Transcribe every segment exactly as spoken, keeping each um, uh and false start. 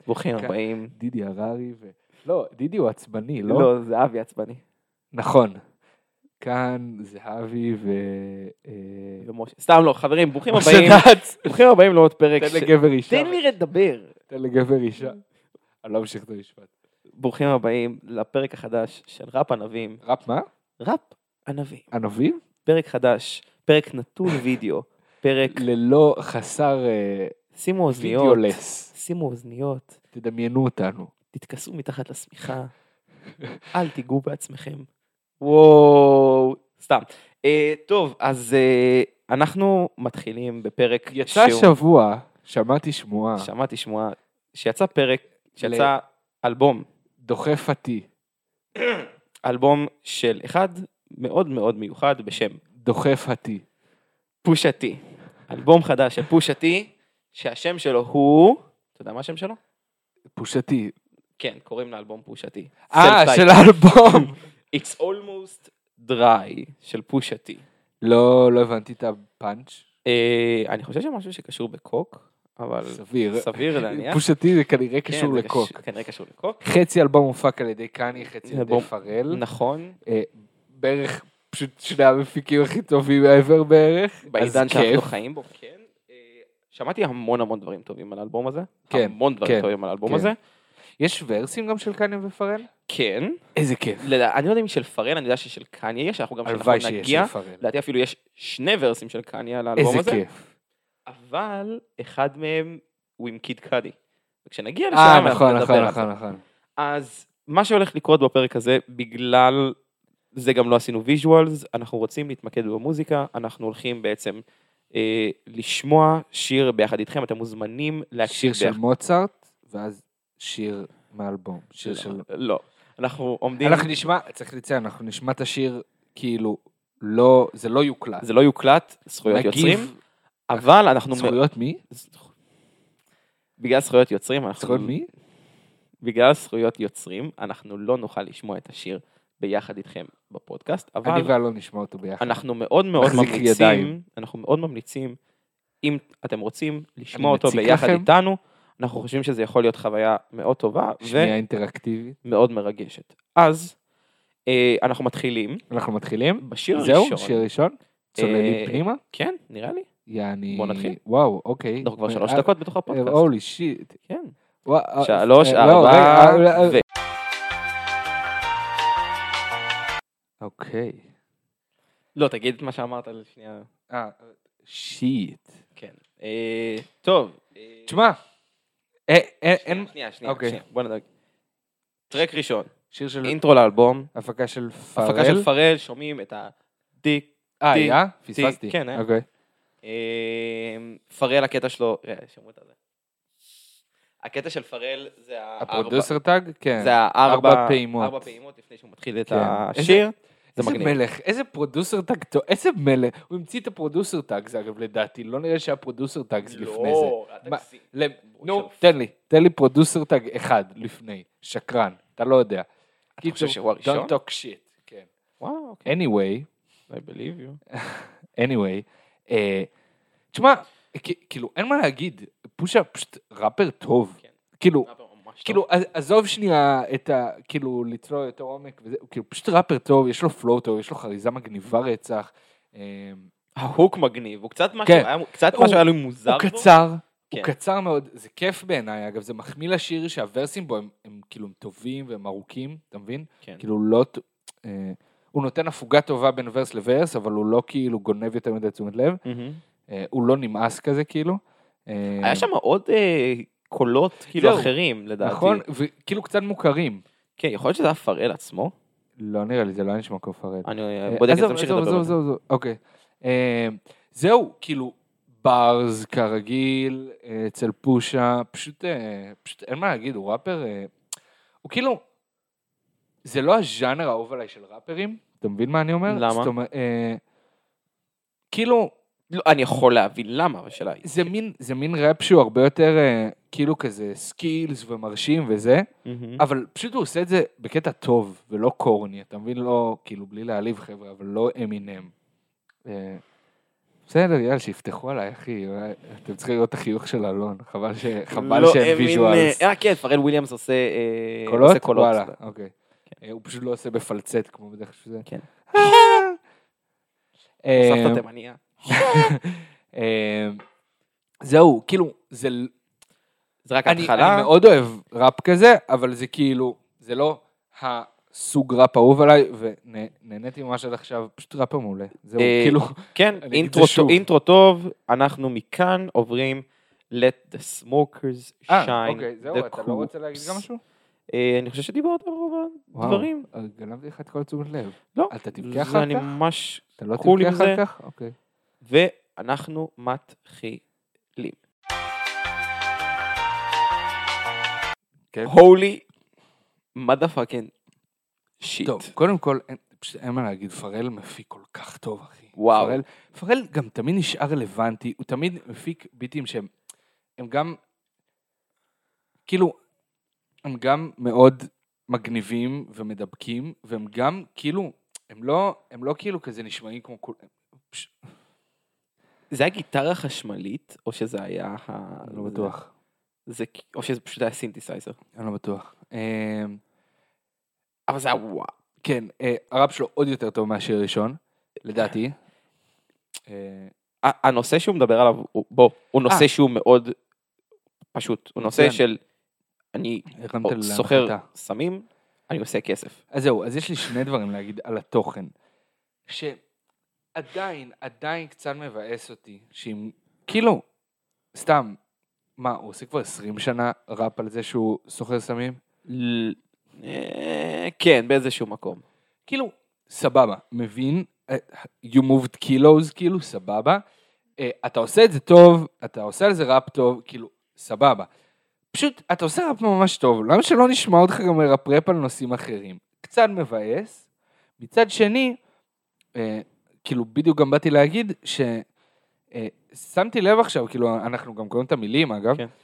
ברוכים הבאים. דידי הררי ו... לא, דידי הוא עצבני, לא? לא, זה אבי עצבני. נכון. כאן זהבי ו... ומשה. סתם לא, חברים, ברוכים משה הבאים. דץ. ברוכים הבאים לעוד פרק. תן לגבר אישה. תן לי לדבר. תן לגבר אישה. אני לא ממשיך את המשפט. ברוכים הבאים לפרק החדש של ראפ ענבים. ראפ מה? ראפ ענבים. ענבים? פרק חדש, פרק נטול וידאו, פרק... ללא חסר שימו אוזניות. וידאולס. שימו אוזניות. תדמיינו אותנו. תתכסו מתחת לשמיכה. אל תיגעו בעצמכם. וואו. סתם. אה, טוב, אז אה, אנחנו מתחילים בפרק... יצא שהוא... שבוע, שמעתי שמועה. שמעתי שמועה, שיצא פרק, שיצא ל... אלבום. דוחף אותי. אלבום של אחד מאוד מאוד מיוחד בשם. דוחף אותי. פושתי. אלבום חדש של פושתי, שהשם שלו הוא... אתה יודע מה השם שלו? פושתי. כן, קוראים לאלבום פושתי. אה, של האלבום. It's almost dry של פושתי. לא, לא הבנתי את הפאנץ'. אני חושב שמשהו שקשור בקוק, אבל... סביר. סביר להניח. פושתי זה כנראה קשור לקוק. כנראה קשור לקוק. חצי אלבום מופק על ידי קני, חצי על ידי פרל. נכון. בערך פשוט שני המפיקים הכי טובים מעבר בערך. בעידן שאנחנו חיים בו, כן. שמעתי המון המון דברים טובים על האלבום הזה. כן. המון דברים טובים על האלבום הזה. יש ורסים גם של קניה ופרל? כן. איזה כיף. אני לא יודע אם של פרל, אני יודע ששל קניה יש, אנחנו גם נגיע. לדעתי אפילו יש שני ורסים של קניה על האלבום הזה. איזה כיף. אבל אחד מהם הוא עם קיד קאדי. וכשנגיע לשם, אה, נכון, נכון, נכון, נכון. אז מה שהולך לקרות בפרק הזה, בגלל זה גם לא עשינו ויז'ואלס, אנחנו רוצים להתמקד במוזיקה, אנחנו הולכים בעצם אה, לשמוע שיר ביחד איתכם, אתם מוזמנים להקשיב שיר של מוצרט, ואז שיר מאלבום. שיר של... לא, אנחנו עומדים... אנחנו נשמע, צריך לציין, אנחנו נשמע את השיר, כאילו, לא, זה לא יוקלט. זה לא יוקלט, זכויות יוצרים, אבל אנחנו... זכויות מי? בגלל זכויות יוצרים, אנחנו... זכויות מי? בגלל זכויות יוצרים, אנחנו לא נוכל לשמוע את השיר ביחד איתכם בפודקאסט, אבל... אני ואלו נשמע אותו ביחד. אנחנו מאוד מאוד ממליצים, אנחנו מאוד ממליצים, אם אתם רוצים לשמוע אותו ביחד איתנו, אנחנו חושבים שזה יכול להיות חוויה מאוד טובה, שמיעה אינטראקטיבית. מאוד מרגשת. אז, אנחנו מתחילים. אנחנו מתחילים? בשיר הראשון. זהו, שיר ראשון? צוללים פנימה? כן, נראה לי. יעני... בוא נתחיל. וואו, אוקיי. אנחנו כבר שלוש דקות בתוך הפודקאסט. הולי שיט. כן. שלוש, ארבע, ו... אוקיי. לא, תגיד את מה שאמרת לשנייה. אה, שיט. כן. טוב. תשמע. אין... שנייה, שנייה. בוא נדבר. טרק ראשון. שיר של... אינטרו לאלבום. הפקה של פרל. הפקה של פרל, שומעים את הדיק. אה, היה? פספסתי. כן, אה. אוקיי. פרל, הקטע שלו... שמעו את זה. הקטע של פרל זה הפרודוסר טאג? כן. זה הארבע פעימות. ארבע פעימות לפני שהוא מתחיל את השיר. איזה מלך, איזה פרודוסר טאג, איזה מלך. הוא המציא את הפרודוסר טאג, זה אגב לדעתי, לא נראה שהיה פרודוסר טאג לפני זה. לא, נו, תן לי, תן לי פרודוסר טאג אחד לפני, שקרן, אתה לא יודע. אתה חושב שהוא הראשון? Don't talk shit, כן. וואו, אוקיי. Anyway. I believe you. anyway. תשמע, כאילו, אין מה להגיד, פושה פשוט ראפר טוב. כאילו, כאילו, עזוב שנייה את ה... כאילו, לצלול יותר עומק, וזה, כאילו, פשוט ראפר טוב, יש לו פלואו טוב, יש לו חריזה מגניבה רצח. ההוק מגניב, הוא קצת משהו, קצת משהו היה לו מוזר בו. הוא קצר, הוא קצר מאוד, זה כיף בעיניי, אגב, זה מחמיא לשיר שהוורסים בו הם כאילו טובים והם ארוכים, אתה מבין? כאילו, לא... הוא נותן הפוגה טובה בין ורס לוורס, אבל הוא לא כאילו גונב יותר מדי תשומת לב. הוא לא נמאס כזה, כאילו. היה שם עוד... קולות כאילו אחרים, לדעתי. נכון, וכאילו קצת מוכרים. כן, יכול להיות שזה היה פרל עצמו? לא נראה לי, זה לא היה נשמע כמו פרל. אני בודק את זה, תמשיך לדבר. זהו, זהו, זהו, אוקיי. זהו, כאילו, ברז כרגיל, אצל פושה, פשוט, פשוט אין מה להגיד, הוא ראפר, הוא כאילו, זה לא הז'אנר האהוב עליי של ראפרים, אתה מבין מה אני אומר? למה? כאילו, לא, אני יכול להבין למה, השאלה היא. זה מין, זה מין ראפ שהוא הרבה יותר, כאילו כזה סקילס ומרשים וזה, אבל פשוט הוא עושה את זה בקטע טוב ולא קורני, אתה מבין? לא, כאילו, בלי להעליב חבר'ה, אבל לא אמינם. בסדר, יאללה, שיפתחו עליי, אחי. אתם צריכים לראות את החיוך של אלון, חבל שאין ויז'ואלס. אה, כן, פרל וויליאמס עושה קולות? וואלה, אוקיי. הוא פשוט לא עושה בפלצט, כמו בדרך שזה. כן. סבתא תימניה. זהו, כאילו, זה... זה רק התחלה. אני מאוד אוהב ראפ כזה, אבל זה כאילו, זה לא הסוג ראפ אהוב עליי, ונהניתי ממש עד עכשיו, פשוט ראפ מעולה. זהו, כאילו... כן, אינטרו טוב, אנחנו מכאן עוברים Let the smokers shine. אה, אוקיי, זהו, אתה לא רוצה להגיד גם משהו? אני חושב שדיברת על רוב הדברים. וואו, גנבתי לך את כל תשומת לב. לא, אתה תבכה אחר כך? אני ממש אתה לא קול עם תבכה זה. אחר כך? אוקיי. ואנחנו מתחילים. Holy motherfucking shit. טוב, קודם כל, פשוט אין מה להגיד, פרל מפיק כל כך טוב, אחי. וואו. פרל, פרל גם תמיד נשאר רלוונטי, הוא תמיד מפיק ביטים שהם, הם גם, כאילו, הם גם מאוד מגניבים ומדבקים, והם גם, כאילו, הם לא, הם לא כאילו כזה נשמעים כמו כול... זה היה גיטרה חשמלית, או שזה היה ה... אני לא בטוח. זה, או שזה פשוט היה סינתסייזר. אני לא בטוח. אבל זה היה וואו. כן, הראפ שלו עוד יותר טוב מהשיר הראשון, לדעתי. הנושא שהוא מדבר עליו, בוא, הוא נושא שהוא מאוד פשוט. הוא נושא של, אני סוחר סמים, אני עושה כסף. אז זהו, אז יש לי שני דברים להגיד על התוכן, שעדיין, עדיין קצת מבאס אותי, שאם, כאילו, סתם, מה, הוא עושה כבר עשרים שנה ראפ על זה שהוא סוחר סמים? כן, באיזשהו מקום. כאילו, סבבה, מבין, you moved kilos, כאילו, סבבה, אתה עושה את זה טוב, אתה עושה על זה ראפ טוב, כאילו, סבבה. פשוט, אתה עושה ראפ ממש טוב, למה שלא נשמע אותך גם מראפ ראפ על נושאים אחרים? קצת מבאס, מצד שני, כאילו, בדיוק גם באתי להגיד, ש... שמתי לב עכשיו, כאילו, אנחנו גם קוראים את המילים, אגב, כן.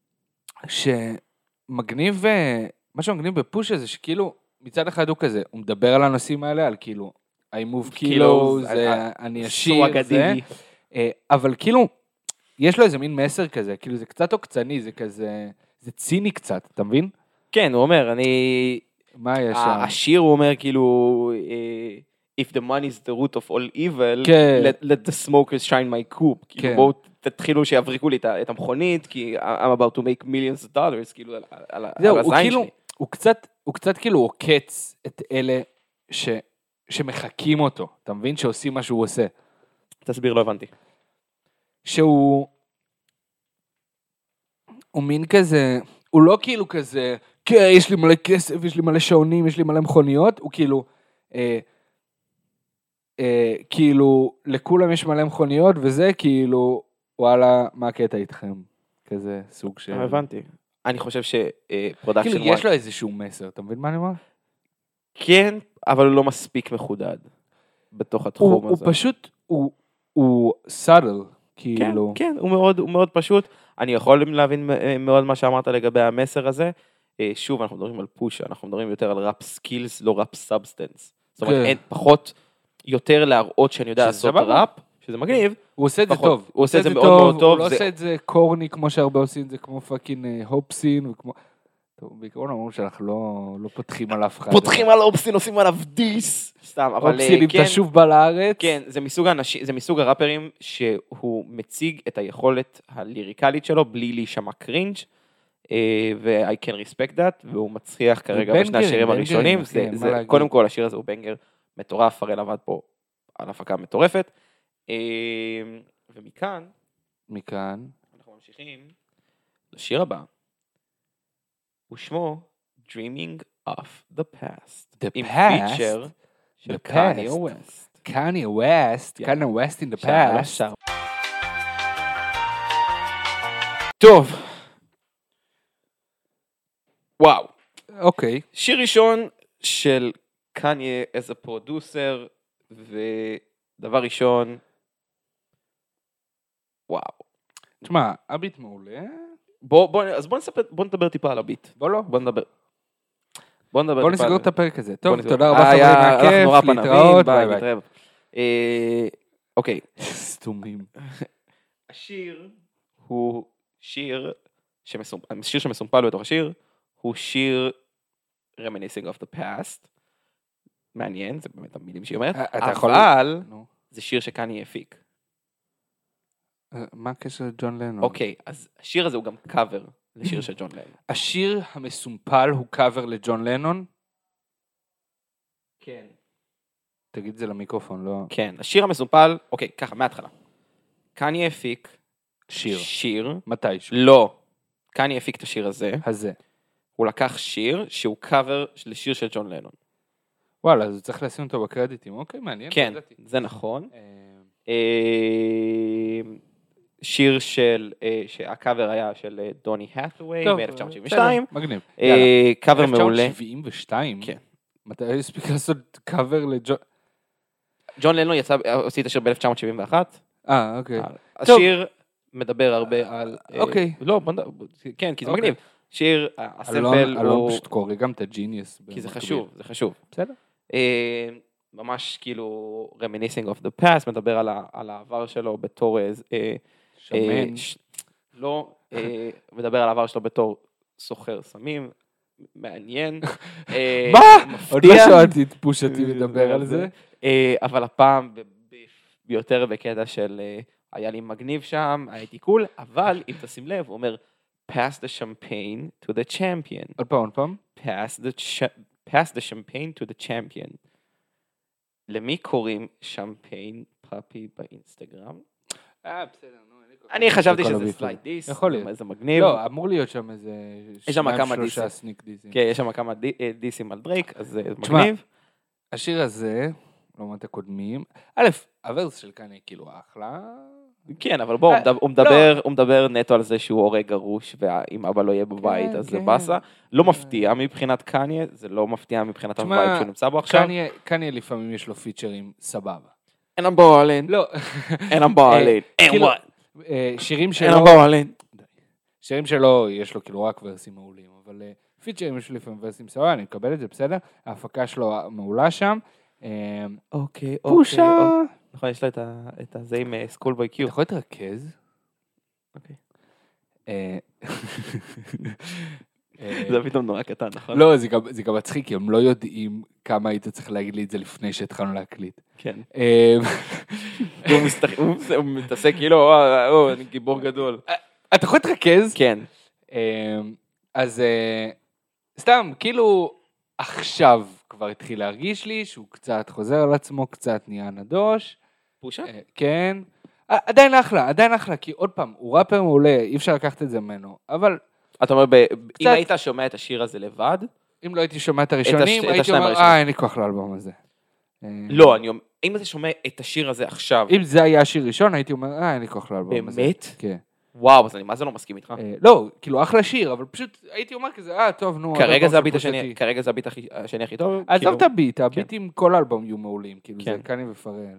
שמגניב, מה שמגניב בפוש הזה, שכאילו, מצד אחד הוא כזה, הוא מדבר על הנושאים האלה, על כאילו, I move kilos, אני אשיר, זה, אבל כאילו, יש לו איזה מין מסר כזה, כאילו, זה קצת עוקצני, זה כזה, זה ציני קצת, אתה מבין? כן, הוא אומר, אני... מה יש שם? השיר הוא אומר, כאילו... If the money is the root of all evil, כן. let, let the smokers shine my coupe. כן. כאילו, בואו תתחילו שיבריקו לי את המכונית, כי I'm about to make millions of dollars, כאילו, על, זהו, על הזין כאילו, שלי. הוא קצת, הוא קצת כאילו עוקץ את אלה ש, שמחקים אותו, אתה מבין? שעושים מה שהוא עושה. תסביר, לא הבנתי. שהוא, הוא מין כזה, הוא לא כאילו כזה, כן, יש לי מלא כסף, יש לי מלא שעונים, יש לי מלא מכוניות, הוא כאילו, אה, אה, כאילו, לכולם יש מלא מכוניות, וזה כאילו, וואלה, מה הקטע איתכם? כזה סוג של... הבנתי. אני חושב שפרודקשן... כאילו, יש לו איזשהו מסר, אתה מבין מה אני אומר? כן, אבל הוא לא מספיק מחודד בתוך התחום הוא, הזה. הוא פשוט, הוא, הוא סאדל, כאילו... כן, כן, הוא מאוד, הוא מאוד פשוט. אני יכול להבין מאוד מה שאמרת לגבי המסר הזה. שוב, אנחנו מדברים על פוש, אנחנו מדברים יותר על ראפ סקילס, לא ראפ סאבסטנס. זאת אומרת, אין פחות... יותר להראות שאני יודע לעשות ראפ, שזה מגניב. הוא עושה את זה טוב. הוא עושה את זה מאוד מאוד טוב. הוא לא עושה את זה קורני כמו שהרבה עושים, זה כמו פאקינג הופסין, וכמו... טוב, בעיקרון אמרו שאנחנו לא פותחים על אף אחד. פותחים על הופסין, עושים עליו דיס. סתם, אבל כן. הופסין, אם תשוב בה לארץ. כן, זה מסוג האנשים, זה מסוג הראפרים שהוא מציג את היכולת הליריקלית שלו, בלי להישמע קרינג' ו-I can respect that, והוא מצליח כרגע בשני השירים הראשונים. קודם כל, השיר הזה הוא בנגר. מטורף, הרי עבד פה על הפקה מטורפת. ומכאן, מכאן, אנחנו ממשיכים לשיר הבא, ושמו Dreaming of the Past. The עם Past? פיצ'ר של The קניה Past. ווסט. קניה ווסט, קניה ווסט in the past. טוב. וואו. אוקיי. שיר ראשון של קניה as a producer, ודבר ראשון, וואו. תשמע, הביט מעולה. בוא, בוא, אז בוא נספר, בוא נדבר טיפה על הביט. בוא לא. בוא נדבר. בוא נדבר בוא טיפה נסגור על... את הפרק הזה. טוב, נסגור. תודה רבה חברים, מהכיף, להתראות, ביי ביי. אוקיי. סתומים. השיר הוא שיר שמסומפל, השיר שמסומפל בתוך השיר, הוא שיר reminiscing of the past. מעניין, זה באמת המילים שהיא אומרת, אבל זה שיר שקניה הפיק. מה הקשר לג'ון לנון? אוקיי, אז השיר הזה הוא גם קאבר לשיר של ג'ון לנון. השיר המסומפל הוא קאבר לג'ון לנון? כן. תגיד את זה למיקרופון, לא... כן, השיר המסומפל, אוקיי, ככה, מההתחלה. קניה הפיק שיר. שיר. מתי? לא. קניה הפיק את השיר הזה. הזה. הוא לקח שיר שהוא קאבר לשיר של ג'ון לנון. וואלה, אז צריך לשים אותו בקרדיטים. אוקיי, מעניין. כן, זה נכון. שיר של, שהקאבר היה של דוני האת'ווי מ-אלף תשע מאות שבעים ושתיים. מגניב. קאבר מעולה. אלף תשע מאות שבעים ושתיים? כן. מתי הספיק לעשות קאבר לג'ון... ג'ון לנון יצא, עושה את השיר ב-אלף תשע מאות שבעים ואחת. אה, אוקיי. השיר מדבר הרבה על... אוקיי. לא, כן, כי זה מגניב. שיר, הסמפל הוא... אלון פשוט קורא גם את הג'יניוס. כי זה חשוב, זה חשוב. בסדר. ממש כאילו reminiscing of the past, מדבר על העבר שלו בתור... שמן. לא, מדבר על העבר שלו בתור סוחר סמים, מעניין. מה? עוד לא שמעתי את פושטי לדבר על זה. אבל הפעם ביותר בקטע של היה לי מגניב שם, הייתי קול, אבל אם תשים לב, הוא אומר, pass the champagne to the champion. עוד פעם, עוד פעם. pass the, pass the champagne to the champion. למי קוראים שמפיין פאפי באינסטגרם? אה, בסדר, נו. אני חשבתי שזה סלייד דיס. יכול להיות. איזה מגניב. לא, אמור להיות שם איזה... יש שם כמה דיסים. סניק דיסים. כן, יש שם כמה דיסים על דרייק, אז זה מגניב. השיר הזה, לעומת הקודמים, א', הוורס של קניה כאילו אחלה. כן, אבל בוא, הוא מדבר נטו על זה שהוא הורג גרוש, ואם אבא לא יהיה בבית, אז זה בסה. לא מפתיע מבחינת קניה, זה לא מפתיע מבחינת הווייב שהוא נמצא בו עכשיו. קניה לפעמים יש לו פיצ'רים סבבה. אין אמבולין. לא. אין אמבולין. אין וואט. שירים שלו... אין אמבולין. שירים שלו, יש לו כאילו רק ורסים מעולים, אבל פיצ'רים יש לו לפעמים ורסים סבבה, אני מקבל את זה, בסדר? ההפקה שלו מעולה שם. אוקיי, אוקיי. פושה. נכון, יש לה את הזה עם סקולבוי קיו. אתה יכול להתרכז? אוקיי. אה... זה פתאום נורא קטן, נכון? לא, זה גם מצחיק, כי הם לא יודעים כמה היית צריך להגיד לי את זה לפני שהתחלנו להקליט. כן. הוא מתעסק כאילו, או, אני גיבור גדול. אתה יכול להתרכז? כן. אז סתם, כאילו, עכשיו כבר התחיל להרגיש לי שהוא קצת חוזר על עצמו, קצת נהיה נדוש. פושה? כן. עדיין אחלה, עדיין אחלה, כי עוד פעם, הוא ראפר מעולה, אי אפשר לקחת את זה ממנו, אבל... אתה אומר, אם היית שומע את השיר הזה לבד? אם לא הייתי שומע את הראשונים, הייתי אומר, אה, אין לי כוח לאלבום הזה. לא, אני אומר, אם אתה שומע את השיר הזה עכשיו... אם זה היה השיר ראשון, הייתי אומר, אה, אין לי כוח לאלבום הזה. באמת? כן. וואו, אז אני מה זה לא מסכים איתך? לא, כאילו אחלה שיר, אבל פשוט הייתי אומר כזה, אה, טוב, נו... כרגע זה הביט השני, כרגע זה הביט השני הכי טוב. עזוב את הביט, הביטים כל האלבום יהיו מעולים, כאילו זה קני ופרל.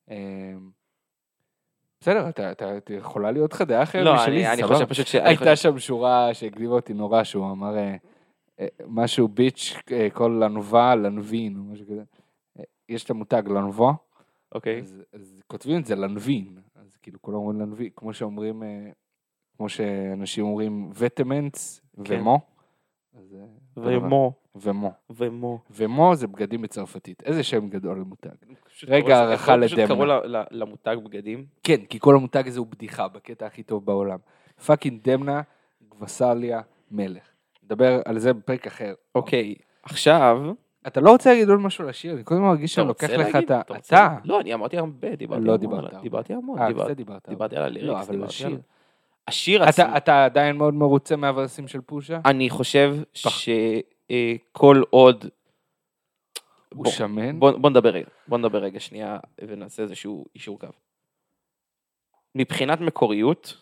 בסדר, אתה יכולה להיות לך דעה אחרת משלי, לא, אני חושב פשוט ש... הייתה שם שורה שהגניבה אותי נורא, שהוא אמר משהו ביץ' כל לנובה, לנבין, או משהו כזה. יש את המותג לנובה, אוקיי. אז כותבים את זה לנבין, אז כאילו כולם אומרים לנבין, כמו שאומרים, כמו שאנשים אומרים וטמנטס ומו. ומו. ומו. ומו. ומו זה בגדים בצרפתית. איזה שם גדול למותג. רגע, הערכה לדמנה. פשוט קראו למותג בגדים? כן, כי כל המותג הזה הוא בדיחה, בקטע הכי טוב בעולם. פאקינג דמנה, גבסליה, מלך. נדבר על זה בפרק אחר. אוקיי, עכשיו... אתה לא רוצה להגיד עוד משהו לשיר? אני קודם מרגיש שאני לוקח לך את ה... אתה? לא, אני אמרתי הרבה, דיברתי לא דיברת. דיברתי המון. אה, זה דיברת. דיברתי על הליריקס. לא, אבל לשיר. השיר עצמו... אתה עדיין מאוד מרוצה מהוורסים של פושה? אני חושב שכל עוד... הוא שמן? בוא נדבר רגע, בוא נדבר רגע שנייה ונעשה איזשהו אישור קו. מבחינת מקוריות,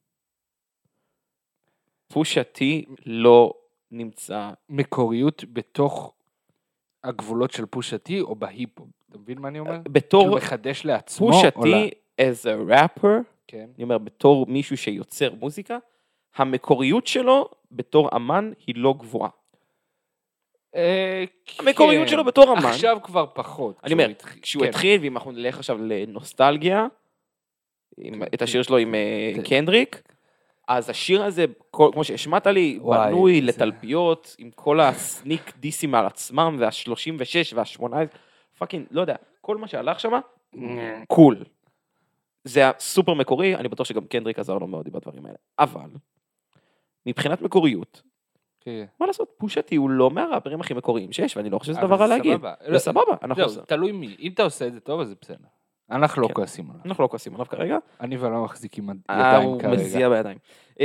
פושה טי לא נמצא... מקוריות בתוך הגבולות של פושה טי או בהיפ-הופ? אתה מבין מה אני אומר? בתור... כאילו מחדש לעצמו? פושה טי as a rapper, כן. אני אומר, בתור מישהו שיוצר מוזיקה, המקוריות שלו בתור אמן היא לא גבוהה. המקוריות שלו בתור אמן. עכשיו כבר פחות. אני אומר, כשהוא התחיל, ואם אנחנו נלך עכשיו לנוסטלגיה, את השיר שלו עם קנדריק, אז השיר הזה, כמו שהשמעת לי, בנוי לתלפיות, עם כל הסניק דיסים על עצמם, וה-שלושים ושש וה-שמונה עשרה, פאקינג, לא יודע, כל מה שהלך שם, קול. זה היה סופר מקורי, אני בטוח שגם קנדריק עזר לו מאוד בדברים האלה. אבל, מבחינת מקוריות, מה לעשות, פושטי הוא לא מהראפרים הכי מקוריים שיש, ואני לא חושב שזה דבר על להגיד. זה סבבה. זהו, תלוי מי. אם אתה עושה את זה טוב, אז זה בסדר. אנחנו לא כועסים עליו. אנחנו לא כועסים עליו כרגע. אני ולא מחזיקים ידיים כרגע. הוא מזיע בידיים.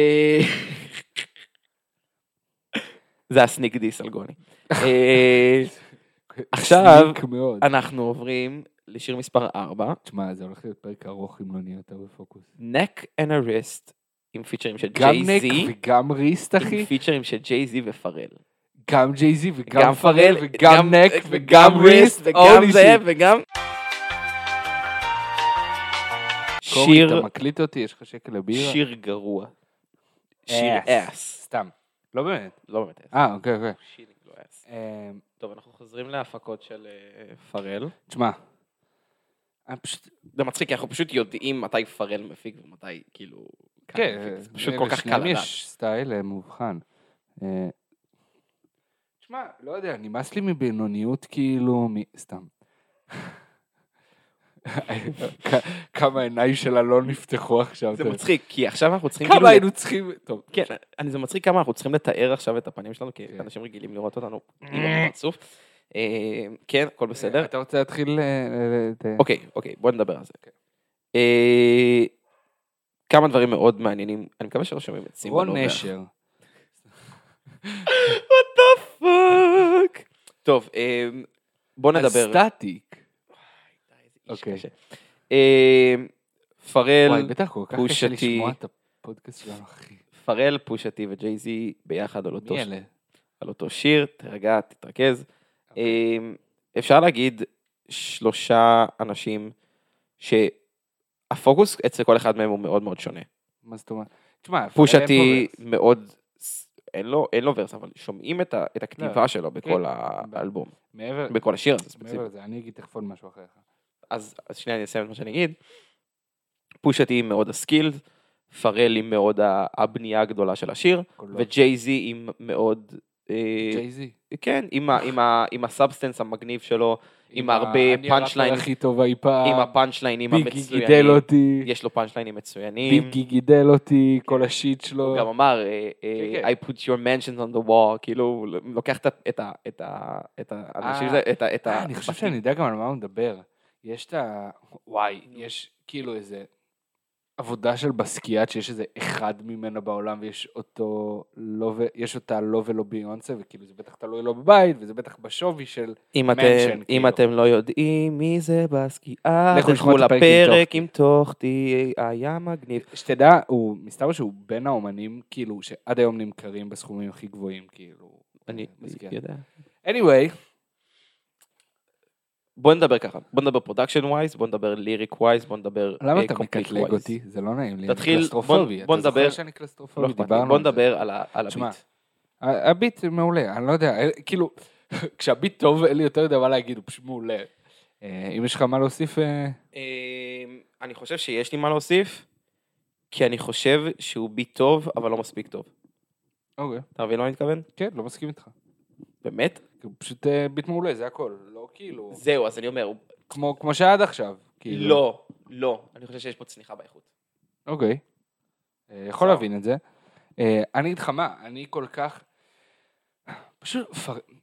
זה הסניק דיס על גוני. עכשיו, אנחנו עוברים לשיר מספר ארבע. תשמע, זה הולך להיות פרק ארוך אם לא נהיה יותר בפוקוס. Neck and a Wrist, עם פיצ'רים של גם ג'יי-זי. נק וגם ריסט, אחי. עם פיצ'רים של ג'יי-זי ופרל. גם ג'יי-זי וגם פרל וגם נק וגם ריסט. וגם זה וגם... קורי, אתה מקליט אותי, יש לך שקל לבירה? שיר גרוע. שיר אס. סתם. לא באמת. לא באמת אס. אה, אוקיי, אוקיי. שיר לא אס. טוב, אנחנו חוזרים להפקות של פרל. תשמע. זה מצחיק, כי אנחנו פשוט יודעים מתי פרל מפיק ומתי, כאילו... כן, זה פשוט כל כך קל לדעת. יש סטייל מובחן. תשמע, לא יודע, נמאס לי מבינוניות, כאילו, סתם. כמה העיניים שלה לא נפתחו עכשיו. זה מצחיק, כי עכשיו אנחנו צריכים... כמה היינו צריכים... טוב. כן, זה מצחיק כמה אנחנו צריכים לתאר עכשיו את הפנים שלנו, כי אנשים רגילים לראות אותנו עם הפרצוף. כן, הכל בסדר. אתה רוצה להתחיל... אוקיי, אוקיי, בוא נדבר על זה. כמה דברים מאוד מעניינים, אני מקווה שלא שומעים את סימבה. רון נשר. What the fuck? טוב, בוא נדבר. הסטטיק. אוקיי. פרל, וואי, בטח כל כך קשה פושטי, לשמוע את הפודקאסט שלנו, אחי. פרל, פושטי וג'יי-זי ביחד על אותו, מי אלה? על אותו שיר, תרגע, תתרכז. אפשר להגיד שלושה אנשים שהפוקוס אצל כל אחד מהם הוא מאוד מאוד שונה. מה זאת אומרת? תשמע, פושטי מאוד, אין לו, אין לו ורס, אבל שומעים את, ה, את הכתיבה שלו בכל האלבום, בכל השיר הזה ספציפית. מעבר לזה, אני אגיד תכף עוד משהו אחר. אז, אז שנייה אני אסיים את מה שאני אגיד. פושטי היא מאוד הסקילד, פרל היא מאוד הבנייה הגדולה של השיר, וג'יי-זי היא מאוד... ג'יי-זי? כן, עם, ה, עם, ה, עם הסאבסטנס המגניב שלו, עם הרבה פאנצ'ליין, הכי טוב אי פעם, עם הפאנצ'ליינים המצוינים, ביגי גידל אותי, יש לו פאנצ'ליינים מצוינים, ביגי גידל אותי, כל השיט שלו, הוא גם אמר, I put your mentions on the wall, כאילו, הוא לוקח את האנשים, את ה... אני חושב שאני יודע גם על מה הוא מדבר, יש את ה... וואי, יש כאילו איזה עבודה של בסקיאט, שיש איזה אחד ממנה בעולם, ויש אותו לא ו... יש אותה לא ולא ביונסה, וכאילו זה בטח תלוי לא בבית, וזה בטח בשווי של מנשן. אם אתם לא יודעים מי זה בסקיאט, תלכו לפרק עם תוכתי, היה מגניב. שתדע, הוא מסתבר שהוא בין האומנים, כאילו, שעד היום נמכרים בסכומים הכי גבוהים, כאילו. אני יודע. anyway, בוא נדבר ככה, בוא נדבר פרודקשן ווייז, בוא נדבר ליריק ווייז, בוא נדבר קומפליט ווייז. למה אתה מקטלג אותי? זה לא נעים לי, תתחיל, בוא נדבר, בוא נדבר על הביט. הביט מעולה, אני לא יודע, כאילו, כשהביט טוב, אין לי יותר יודע מה להגיד, הוא פשוט מעולה. אם יש לך מה להוסיף? אני חושב שיש לי מה להוסיף, כי אני חושב שהוא ביט טוב, אבל לא מספיק טוב. אוקיי. אתה מבין מה אני מתכוון? כן, לא מסכים איתך. באמת? פשוט ביט מעולה, זה הכל, לא כאילו... זהו, אז אני אומר... כמו, כמו שעד עכשיו, כאילו... לא, לא, אני חושב שיש פה צניחה באיכות. אוקיי. יכול להבין את זה. אני אגיד לך מה, אני כל כך... פשוט...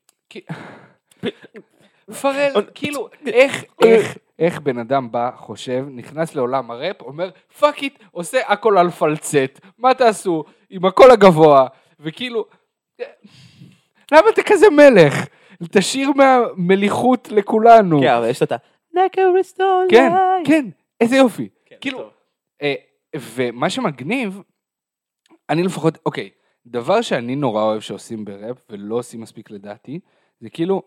פרל, כאילו, איך, איך, איך בן אדם בא, חושב, נכנס לעולם הראפ, אומר, פאק איט, עושה הכל על פלצט, מה תעשו? עם הכל הגבוה, וכאילו... למה אתה כזה מלך? תשאיר מהמליכות לכולנו. כן, אבל יש אותה. כן, כן, איזה יופי. כאילו, ומה שמגניב, אני לפחות, אוקיי, דבר שאני נורא אוהב שעושים בראפ, ולא עושים מספיק לדעתי, זה כאילו,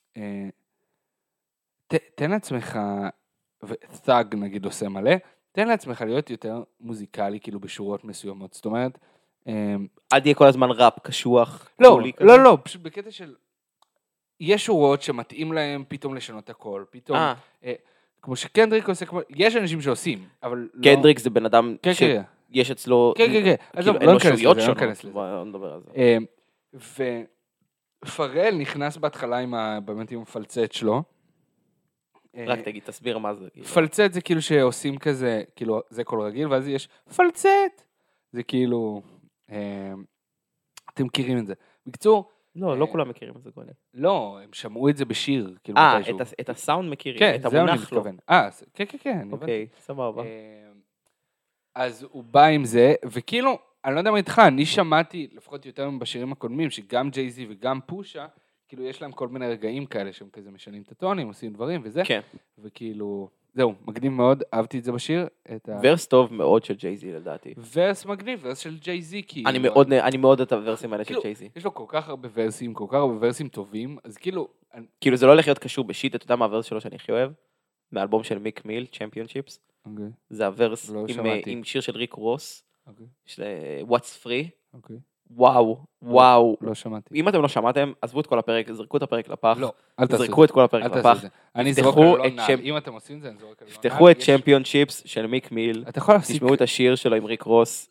תן לעצמך, ות'אג נגיד עושה מלא, תן לעצמך להיות יותר מוזיקלי, כאילו בשורות מסוימות, זאת אומרת, אל תהיה כל הזמן ראפ, קשוח. לא, לא, לא, פשוט בקטע של, יש שורות שמתאים להם פתאום לשנות הכל, פתאום, כמו שקנדריק עושה, יש אנשים שעושים, אבל לא... קנדריק זה בן אדם שיש אצלו, כן, כן, כן, כאילו אין לו שויות שונות, לא נדבר על זה. ופרל נכנס בהתחלה באמת עם הפלצט שלו. רק תגיד, תסביר מה זה. פלצט זה כאילו שעושים כזה, כאילו זה כל רגיל, ואז יש פלצט. זה כאילו, אתם מכירים את זה. בקצור, לא, לא כולם מכירים את זה, גוני. לא, הם שמעו את זה בשיר. אה, את הסאונד מכירים, את המונח לא. אה, כן, כן, כן. אוקיי, סבבה. אז הוא בא עם זה, וכאילו, אני לא יודע מה איתך, אני שמעתי, לפחות יותר בשירים הקודמים, שגם ג'יי-זי וגם פושה, כאילו יש להם כל מיני רגעים כאלה, שהם כזה משנים את הטונים, עושים דברים וזה. כן. וכאילו, זהו, מגניב מאוד, אהבתי את זה בשיר. ורס טוב מאוד של ג'יי-זי לדעתי. ורס מגניב, ורס של ג'יי-זי, כאילו. אני מאוד, אני מאוד את הוורסים האלה של ג'יי-זי. יש לו כל כך הרבה ורסים, כל כך הרבה ורסים טובים, אז כאילו... כאילו זה לא הולך להיות קשור בשיט, אתה יודע מה הוורס שלו שאני הכי אוהב? מאלבום של מיק מיל, צ'מפיונשיפס. זה הוורס עם שיר של ריק רוס, של What's Free. וואו, וואו. לא שמעתי. אם אתם לא שמעתם, עזבו את כל הפרק, זרקו את הפרק לפח. לא, אל תעשו את זה. זרקו את כל הפרק לפח. אני זרוק על לא נעל. אם אתם עושים את זה, אני זרוק על לא נעל. תפתחו את צ'מפיונשיפס של מיק מיל. אתה יכול להפסיק. תשמעו את השיר שלו עם ריק רוס.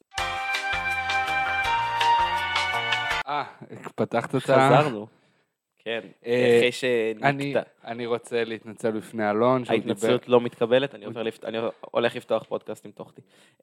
אה, פתחת אותה. חזרנו. כן, אחרי שנקטע. אני רוצה להתנצל בפני אלון. ההתנצלות לא מתקבלת, אני הולך לפתוח פודקאסט עם תוכתי.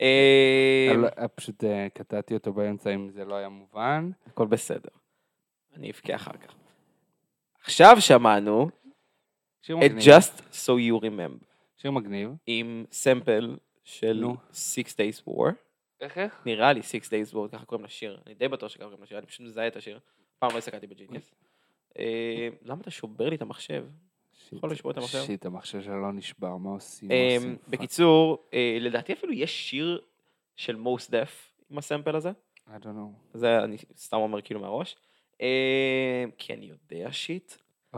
פשוט קטעתי אותו באמצע אם זה לא היה מובן. הכל בסדר. אני אבכה אחר כך. עכשיו שמענו את Just So You Remember. שיר מגניב. עם סמפל של Six Days War. איך איך? נראה לי Six Days War, ככה קוראים לשיר. אני די בטוח שככה קוראים לשיר, אני פשוט מזהה את השיר. פעם לא הסתכלתי בג'יניוס. למה אתה שובר לי את המחשב? יכול לשבור את המחשב? שיט, המחשב שלו לא נשבר, מה עושים? בקיצור, לדעתי אפילו יש שיר של Mos Def עם הסמפל הזה. I don't know. זה אני סתם אומר כאילו מהראש. כי אני יודע שיט.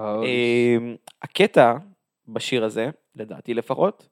הקטע בשיר הזה, לדעתי לפחות,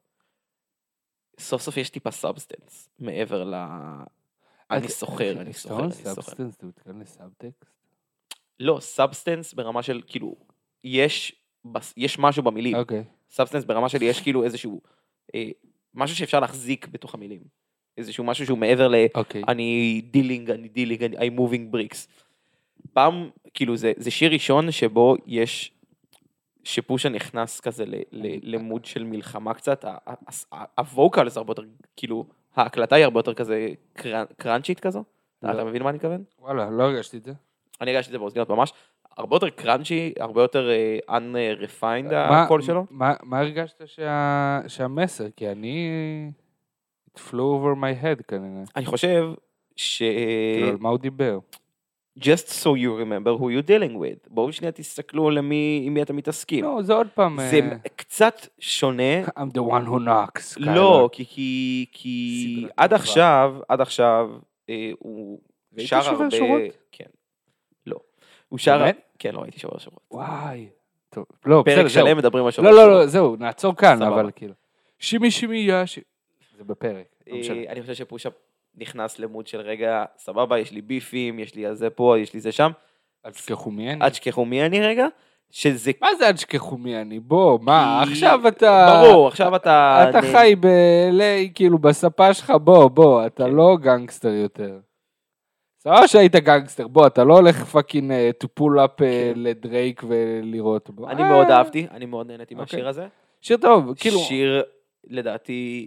סוף סוף יש טיפה סאבסטנס, מעבר ל... אני סוחר, אני סוחר, אני סוחר. סאבסטנס, אתה מתכוון לסאבטקסט? לא, סאבסטנס ברמה של, כאילו, יש, יש משהו במילים. אוקיי. סאבסטנס ברמה של, יש כאילו איזשהו, אה, משהו שאפשר להחזיק בתוך המילים. איזשהו משהו שהוא מעבר ל, אוקיי. אני דילינג, אני דילינג, אני moving bricks. פעם, כאילו, זה, זה שיר ראשון שבו יש, שפושה נכנס כזה ל, ל, למוד של מלחמה קצת, הווקל זה הרבה יותר, כאילו, ההקלטה היא הרבה יותר כזה קראנצ'ית כזו. אתה מבין מה אני מתכוון? וואלה, לא הרגשתי את זה. אני הגשתי את זה באוזניות ממש, הרבה יותר קראנצ'י, הרבה יותר unrefined הקול שלו. מה הרגשת שהמסר? כי אני... it flew over my head כנראה. אני חושב ש... כאילו, על מה הוא דיבר? Just so you remember who you're dealing with. בואו שנייה תסתכלו למי, עם מי אתה מתעסקים. לא, זה עוד פעם... זה קצת שונה. I'm the one who knocks. לא, כי, כי עד עכשיו, עד עכשיו, הוא שר הרבה... כן. לא. הוא שר... כן, לא ראיתי שובר שורות. וואי. טוב, לא, בסדר, פרק שלם מדברים על שובר שורות. שורות. לא, לא, זהו, נעצור כאן, אבל כאילו. שימי שימי יאשי. זה בפרק. אני חושב שפושה נכנס למוד של רגע, סבבה, יש לי ביפים, יש לי זה פה, יש לי זה שם. עד שכחו מי אני? עד שכחו מי אני רגע. שזה... מה זה עד שכחו מי אני? בוא, מה, עכשיו אתה... ברור, עכשיו אתה... אתה חי ב-אל-איי, כאילו, בספה שלך, בוא, בוא, אתה לא גנגסטר יותר. סבבה שהיית גנגסטר, בוא, אתה לא הולך פאקינג to pull up לדרייק ולראות בו. אני מאוד אהבתי, אני מאוד נהניתי מהשיר הזה. שיר טוב, כאילו... שיר, לדעתי...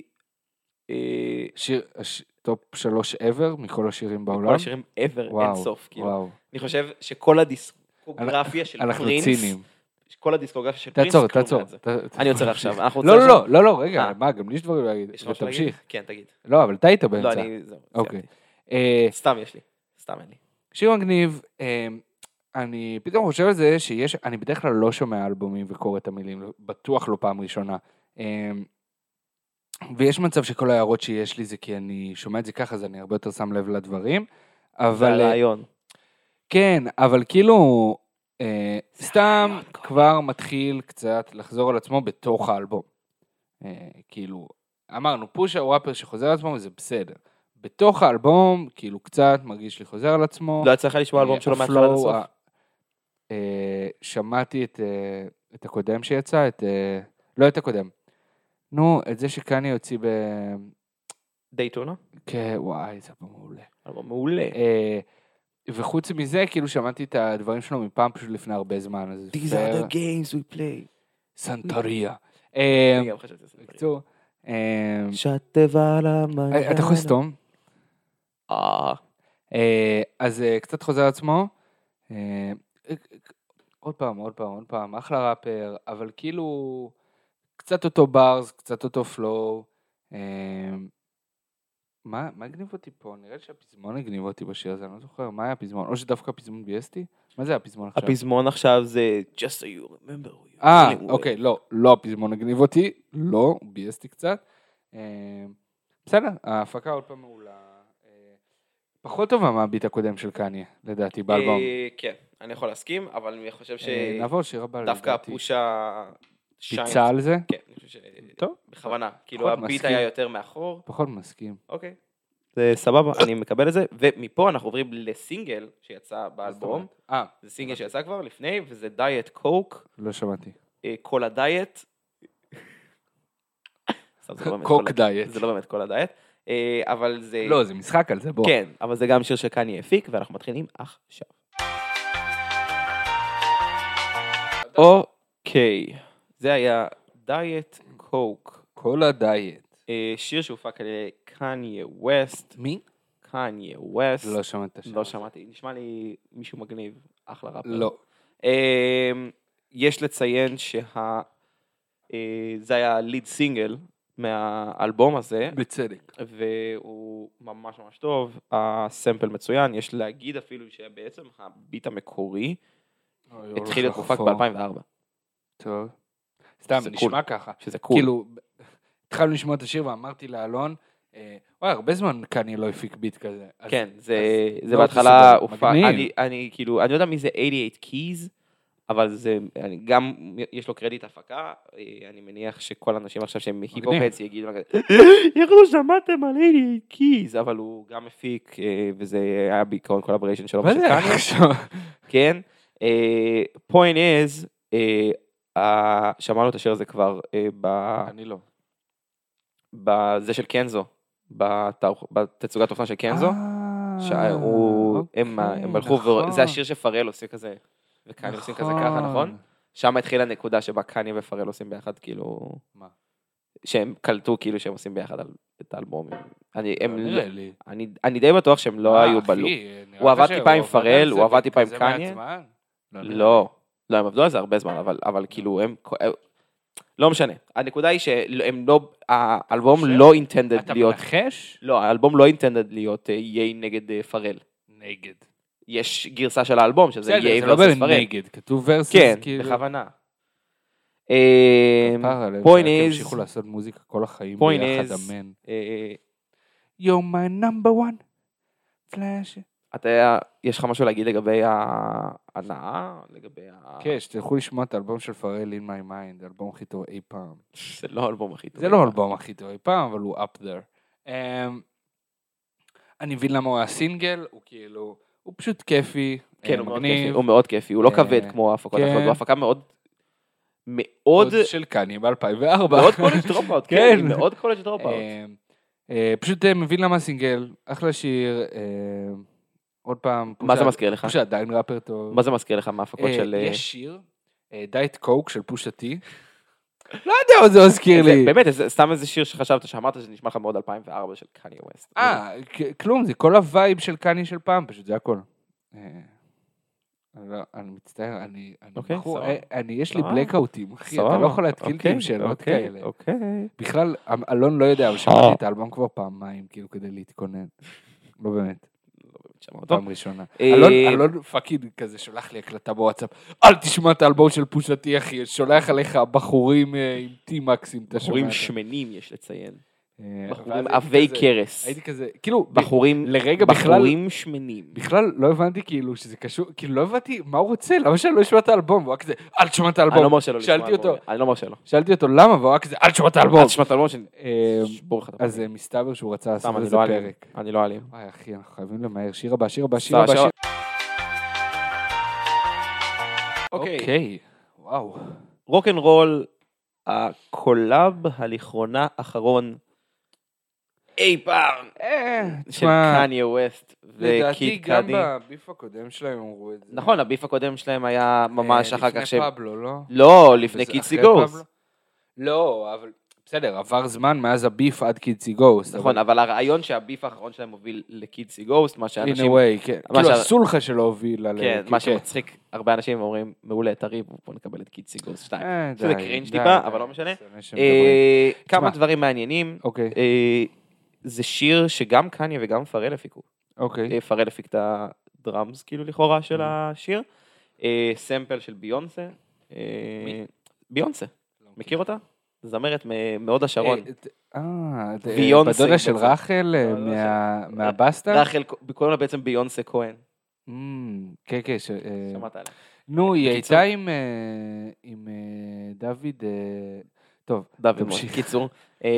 שיר, טופ שלוש ever, מכל השירים בעולם. מכל השירים ever, אין סוף, כאילו. אני חושב שכל הדיסקוגרפיה של פרינס... כל הדיסקוגרפיה של פרינס... תעצור, תעצור. אני יוצר עכשיו. לא, לא, לא, לא, רגע, מה, גם לי יש דברים להגיד. תמשיך. כן, תגיד. לא, אבל אתה היית באמצע. לא, אני... זהו, אוקיי. סתם יש לי. סתם אין לי. שיר מגניב, אני פתאום חושב על זה שיש, אני בדרך כלל לא שומע אלבומים וקורא את המילים, בטוח לא פעם ראשונה. ויש מצב שכל ההערות שיש לי זה כי אני שומע את זה ככה, אז אני הרבה יותר שם לב לדברים. זה הרעיון. כן, אבל כאילו, סתם כבר מתחיל קצת לחזור על עצמו בתוך האלבום. כאילו, אמרנו, פושה הוא ראפר שחוזר על עצמו וזה בסדר. בתוך האלבום, כאילו קצת מרגיש לי חוזר על עצמו. לא יצא לך לשמוע אלבום שלו מהתחלה לסוף? שמעתי את הקודם שיצא, לא את הקודם. נו, את זה שקני יוציא ב... דייטונה? כן, וואי, זה פה מעולה. אלבום מעולה. וחוץ מזה, כאילו שמעתי את הדברים שלו מפעם פשוט לפני הרבה זמן. These are the games we play. סנטריה. אני גם חשבתי סנטריה. בקצור. שטב על המנגנה. אתה יכול לסתום? אה. אז קצת חוזר עצמו. עוד פעם, עוד פעם, עוד פעם. אחלה ראפר, אבל כאילו קצת אותו ברס, קצת אותו פלואו. מה, מה הגניב אותי פה? נראה לי שהפזמון הגניב אותי בשיר הזה, אני לא זוכר, מה היה הפזמון? או שדווקא הפזמון בייסתי? מה זה הפזמון עכשיו? הפזמון עכשיו זה just so you remember who you אה, אוקיי, לא, לא הפזמון הגניב אותי, לא, בייסתי קצת. בסדר, ההפקה עוד פעם מעולה. פחות טובה מהביט הקודם של קניה, לדעתי, באלבום. כן, אני יכול להסכים, אבל אני חושב ש... נעבור שיר הבא, לדעתי. דווקא הפושה... פיצה על זה? כן, אני חושב ש... טוב. בכוונה, כאילו הביט היה יותר מאחור. פחות מסכים. אוקיי. זה סבבה, אני מקבל את זה, ומפה אנחנו עוברים לסינגל שיצא באלבום. אה. זה סינגל שיצא כבר לפני, וזה דיאט קוק. לא שמעתי. כל הדיאט. קוק דיאט. זה לא באמת כל הדיאט, אבל זה... לא, זה משחק על זה, בוא. כן, אבל זה גם שיר שקני הפיק, ואנחנו מתחילים עכשיו. אוקיי, זה היה דיאט קוק. כל הדיאט. שיר שהופק על קניה ווסט. מי? קניה ווסט. לא שמעת השם. לא שמעתי, נשמע לי מישהו מגניב, אחלה ראפר. לא. יש לציין שזה היה ליד סינגל מהאלבום הזה. בצדק. והוא ממש ממש טוב, הסמפל מצוין, יש להגיד אפילו שבעצם הביט המקורי התחיל להיות מופק ב-אלפיים וארבע. טוב. סתם, נשמע ככה. שזה קול. כאילו, התחלנו לשמוע את השיר ואמרתי לאלון, וואי, הרבה זמן קניה לא הפיק ביט כזה. כן, זה בהתחלה הופק, אני כאילו, אני לא יודע מי זה שמונים ושמונה Keys, אבל זה, גם יש לו קרדיט הפקה, אני מניח שכל האנשים עכשיו שהם היפ-הופץ יגידו, איך לא שמעתם על שמונים ושמונה Keys, אבל הוא גם הפיק, וזה היה בעיקרון קולאבריישן שלו. מה זה עכשיו? כן, point is, שמענו את השיר הזה כבר, אני לא. בזה של קנזו, בתצוגת תוכנה של קנזו, הם הלכו, וזה השיר שפרל עושה כזה, וקניה עושים כזה ככה, נכון? שם התחילה הנקודה שבה קניה ופרל עושים ביחד, כאילו, שהם קלטו כאילו שהם עושים ביחד את האלבום. אני די בטוח שהם לא היו בלופ. הוא עבד טיפה עם פרל, הוא עבד טיפה עם קניה. לא, לא, הם עבדו על זה הרבה זמן, אבל כאילו הם... לא משנה. הנקודה היא שהם לא, האלבום לא אינטנדד להיות... אתה מנחש? לא, האלבום לא אינטנדד להיות יאי נגד פרל. נגד. יש גרסה של האלבום, שזה יאי ורסס פרל. זה לא נגד, כתוב ורסס. כן, בכוונה. פוינט איז... המשיכו לעשות מוזיקה כל החיים ביחד, אמן. You're my number one. פלאש. אתה, יש לך משהו להגיד לגבי ההנאה, לגבי ה... כן, שתלכו לשמוע את האלבום של פרל In My Mind, האלבום הכי טוב אי פעם. זה לא האלבום הכי טוב. זה לא האלבום הכי טוב אי פעם, אבל הוא up there. אני מבין למה הוא היה סינגל, הוא כאילו, הוא פשוט כיפי, כן, הוא מאוד כיפי, הוא לא כבד כמו ההפקות האחרות, הוא הפקה מאוד, מאוד... של קניה ב-אלפיים וארבע. מאוד קולג' דרופאוט, כן, מאוד קולג' דרופאוט. פשוט מבין למה סינגל, אחלה שיר, עוד פעם, מה זה מזכיר לך? פושה עדיין ראפר טוב. מה זה מזכיר לך מההפקות של... יש שיר, דיאט קוק של פושה טי. לא יודע מה זה מזכיר לי. באמת, סתם איזה שיר שחשבת, שאמרת שזה נשמע לך מאוד אלפיים וארבע של קניה ווסט. אה, כלום, זה כל הווייב של קניה של פעם, פשוט זה הכל. אני מצטער, אני... אני, יש לי בלקאוטים, אחי, אתה לא יכול להתקיל לי עם שאלות כאלה. בכלל, אלון לא יודע, אבל שמעתי את האלבום כבר פעמיים, כאילו, כדי להתכונן. לא באמת. פעם ראשונה. אלון פאקינג כזה שולח לי הקלטה בוואטסאפ, אל תשמע את האלבום של פושתי אחי, שולח עליך בחורים עם טי-מקסים, בחורים שמנים יש לציין. בחורים אבי קרס. הייתי כזה, כאילו, בחורים, לרגע בכלל, בחורים שמנים. בכלל לא הבנתי כאילו שזה קשור, כאילו לא הבנתי מה הוא רוצה, למה שאני לא אשמע את האלבום, והוא היה כזה, אל תשמע את האלבום. אני לא אומר שלא לשמוע את האלבום. אני לא אומר שלא. שאלתי אותו למה, והוא היה כזה, אל תשמע את האלבום. אל תשמע את האלבום. אז מסתבר שהוא רצה לעשות איזה פרק. אני לא אלים. וואי אחי, אנחנו חייבים למהר, שיר הבא, שיר הבא, שיר הבא, שיר... אוקיי, וואו. רוק'נ'רול, הקולאב הלכרונה האחרון אי פעם של קניה ווסט לדעתי גם בביף הקודם שלהם אמרו את זה. נכון, הביף הקודם שלהם היה ממש אחר כך לפני פאבלו, לא? לא, לפני קידסי גוסט. לא, אבל בסדר, עבר זמן מאז הביף עד קידסי גוסט. נכון, אבל הרעיון שהביף האחרון שלהם הוביל לקידסי גוסט, מה שאנשים... in a way, כן. כאילו הסולחה שלו הוביל על... כן, מה שמצחיק, הרבה אנשים אומרים, מעולה, תריב, בוא נקבל את קידסי גוסט שתיים. זה קרינג' טיפה, אבל לא משנה. כמה דברים מעניינים. זה שיר שגם קניה וגם פרל הפיקו. פרל הפיק את הדראמס, כאילו, לכאורה של השיר. סמפל של ביונסה. ביונסה. מכיר אותה? זמרת מאוד השרון. אה, בדודה של רחל מהבסטה? רחל, קוראים לה בעצם ביונסה כהן. כן, כן. שמעת עליה. נו, היא הייתה עם דוד, טוב, תמשיך. בקיצור,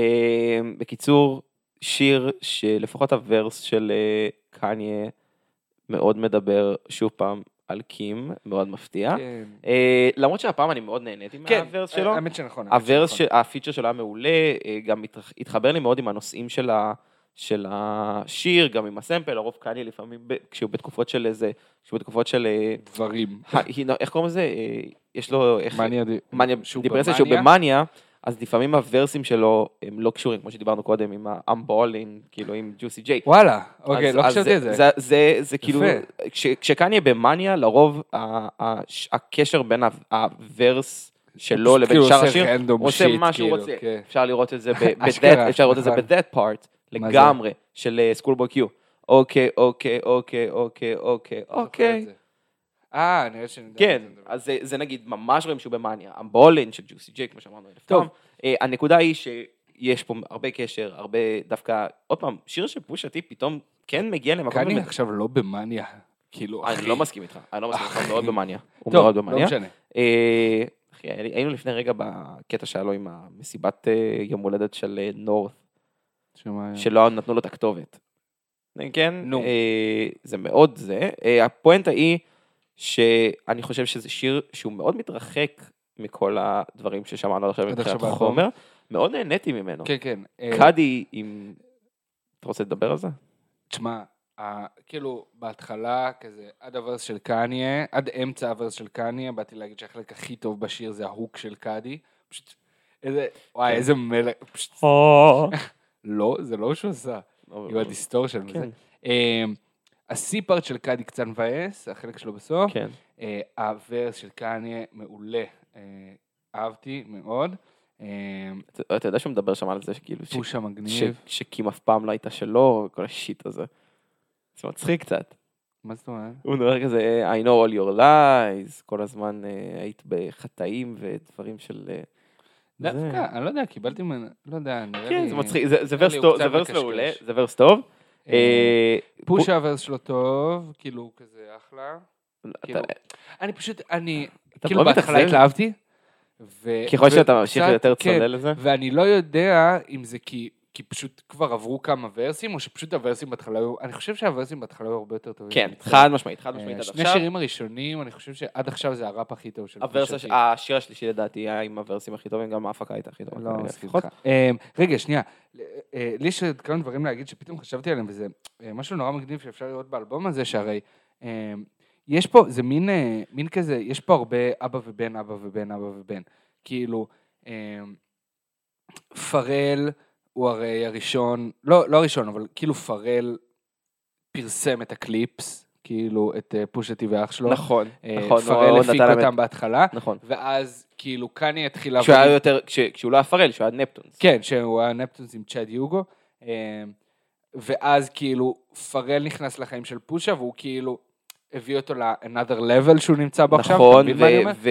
בקיצור, שיר שלפחות הוורס של קניה מאוד מדבר שוב פעם, על קים, מאוד מפתיע. למרות שהפעם אני מאוד נהניתי מהוורס שלו. האמת שנכון. הוורס, הפיצ'ר שלו היה מעולה, גם התחבר לי מאוד עם הנושאים של השיר, גם עם הסמפל, הרוב קניה לפעמים, כשהוא בתקופות של איזה, כשהוא בתקופות של... דברים. איך קוראים לזה? יש לו... מניה, דיפרסיה שהוא במניה, אז לפעמים הוורסים שלו הם לא קשורים, כמו שדיברנו קודם, עם ה-Unballin, כאילו עם Juicy J. וואלה, אוקיי, לא חשבתי את זה. זה כאילו, כשקניה במניה, לרוב הקשר בין הוורס שלו לבין שאר השיר, הוא עושה מה שהוא רוצה. אפשר לראות את זה ב-that part, לגמרי, של Schoolboy Q. אוקיי, אוקיי, אוקיי, אוקיי, אוקיי, אוקיי. אה, נראה שאני... כן, אז זה נגיד ממש רואים שהוא במאניה. המבולין של ג'וסי ג'יי, כמו שאמרנו אלף פעם. הנקודה היא שיש פה הרבה קשר, הרבה דווקא, עוד פעם, שיר של פושה טי פתאום כן מגיע למקום... קניה עכשיו לא במאניה, כאילו, אחי. אני לא מסכים איתך, אני לא מסכים איתך, הוא מאוד במאניה. הוא מאוד במאניה. טוב, לא משנה. אחי, היינו לפני רגע בקטע שלו עם המסיבת יום הולדת של נורת, שלא נתנו לו את הכתובת. כן? זה מאוד זה. הפואנטה היא שאני חושב שזה שיר שהוא מאוד מתרחק מכל הדברים ששמענו עד עכשיו מבחינת החומר. מאוד נהניתי ממנו. כן, כן. קאדי עם... אתה רוצה לדבר על זה? תשמע, כאילו בהתחלה כזה, עד הוורס של קניה, עד אמצע הוורס של קניה, באתי להגיד שהחלק הכי טוב בשיר זה ההוק של קאדי. פשוט, איזה, וואי, איזה מלך. לא, זה לא שהוא עשה. עם הדיסטורשן וזה. הסי-פארט של קאדי קצת מבאס, החלק שלו בסוף. כן. הוורס של קניה מעולה. אהבתי מאוד. אתה יודע שהוא מדבר שם על זה שכאילו... פושה מגניב. שקים אף פעם לא הייתה שלו, כל השיט הזה. זה מצחיק קצת. מה זאת אומרת? הוא מדבר כזה, I know all your lies, כל הזמן היית בחטאים ודברים של... דווקא, אני לא יודע, קיבלתי ממנו, לא יודע, נראה לי... כן, זה מצחיק, זה ורס מעולה, זה ורס טוב. פושה הוורס שלו טוב, כאילו כזה אחלה. אני פשוט, אני, כאילו בהתחלה התלהבתי. ככל שאתה ממשיך יותר צולל לזה. ואני לא יודע אם זה כי, כי פשוט כבר עברו כמה ורסים, או שפשוט הוורסים בהתחלה היו, אני חושב שהוורסים בהתחלה היו הרבה יותר טובים. כן, חד משמעית, חד משמעית עד עכשיו. שני שירים הראשונים, אני חושב שעד עכשיו זה הראפ הכי טוב של פושטי. השיר השלישי לדעתי היה עם הוורסים הכי טובים, גם ההפקה הייתה הכי טובה. לא, סליחה. רגע, שנייה. לי יש כמה דברים להגיד שפתאום חשבתי עליהם, וזה משהו נורא מגניב שאפשר לראות באלבום הזה, שהרי יש פה, זה מין, מין כזה, יש פה הרבה אבא ובן, אבא ובן, אבא ובן. כאילו, פרל הוא הרי הראשון, לא, לא הראשון, אבל כאילו פרל פרסם את הקליפס, כאילו את פושטי ואח שלו. נכון, נכון. פרל הפיק אותם בהתחלה, נכון. ואז כאילו קניה התחיל לעבוד. כשהוא היה יותר, כשהוא לא היה פרל, כשהוא היה נפטונס. כן, כשהוא היה נפטונס עם צ'אד יוגו, ואז כאילו פרל נכנס לחיים של פושה, והוא כאילו הביא אותו ל-another level שהוא נמצא בו עכשיו. נכון, ו...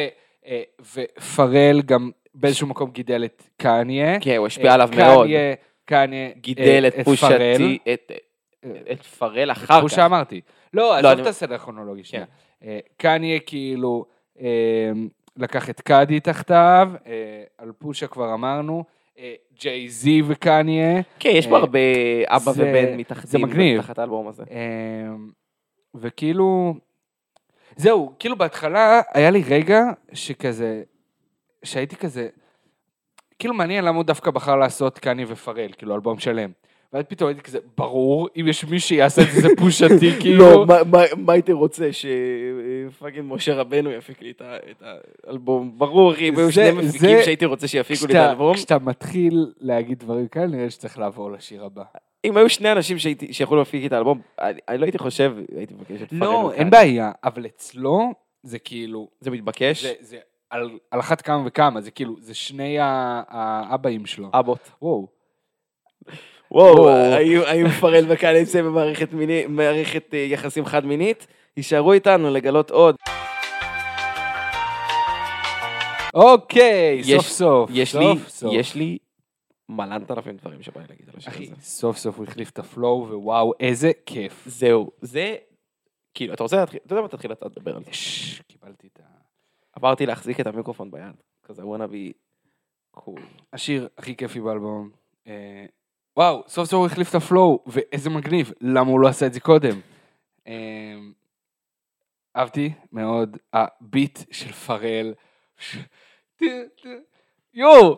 ופרל גם באיזשהו מקום גידל את קניה. כן, הוא השפיע עליו מאוד. קניה גידל את פושתי, את פרל אחר כך. פושה אמרתי. לא, עזוב את הסדר הכרונולוגי שנייה. קניה כאילו לקח את קאדי תחתיו, על פושה כבר אמרנו, ג'יי זי וקניה. כן, יש פה הרבה אבא ובן מתחתים. זה מגניב. תחת האלבום הזה. וכאילו... זהו, כאילו בהתחלה היה לי רגע שכזה, שהייתי כזה, כאילו מעניין למה הוא דווקא בחר לעשות קני ופרל, כאילו אלבום שלם. ואז פתאום הייתי כזה, ברור, אם יש מי שיעשה את זה פושטי, כאילו... לא, מה הייתי רוצה, שפאקינג משה רבנו יפיק לי את האלבום? ברור, אם היו שני מפיקים שהייתי רוצה שיפיקו לי את האלבום. כשאתה מתחיל להגיד דברים כאלה, נראה שצריך לעבור לשיר הבא. אם היו שני אנשים שיכולו להפיק את האלבום, אני לא הייתי חושב, הייתי מבקש את פרל. לא, אין בעיה, אבל אצלו זה כאילו... זה מתבקש? זה על אחת כמה וכמה, זה כאילו, זה שני האבאים שלו. אבות. וואו. וואו, האם פרל וקאן נמצא במערכת יחסים חד מינית? יישארו איתנו לגלות עוד. אוקיי, סוף סוף. יש לי מלנת אלפים דברים שבא לי להגיד על השיר הזה. אחי, סוף סוף הוא החליף את הפלואו, ווואו, איזה כיף. זהו, זה, כאילו, אתה רוצה להתחיל, אתה יודע מה תתחיל לדבר על זה? ששש, קיבלתי את ה... עברתי להחזיק את המיקרופון ביד, כזה wanna be cool. השיר הכי כיפי באלבום. וואו, סוף סוף הוא החליף את הפלואו, ואיזה מגניב, למה הוא לא עשה את זה קודם? אהבתי מאוד, הביט של פרל, יו!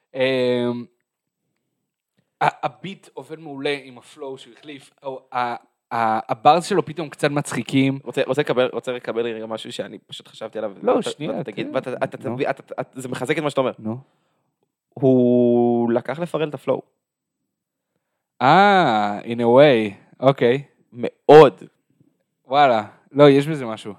הביט עובד מעולה עם הפלואו שהוא החליף, הברס שלו פתאום קצת מצחיקים. רוצה לקבל רגע משהו שאני פשוט חשבתי עליו. לא, שנייה. זה מחזק את מה שאתה אומר. נו. הוא לקח לפרל את הפלואו. אה, in a way, אוקיי. מאוד. וואלה, לא, יש בזה משהו.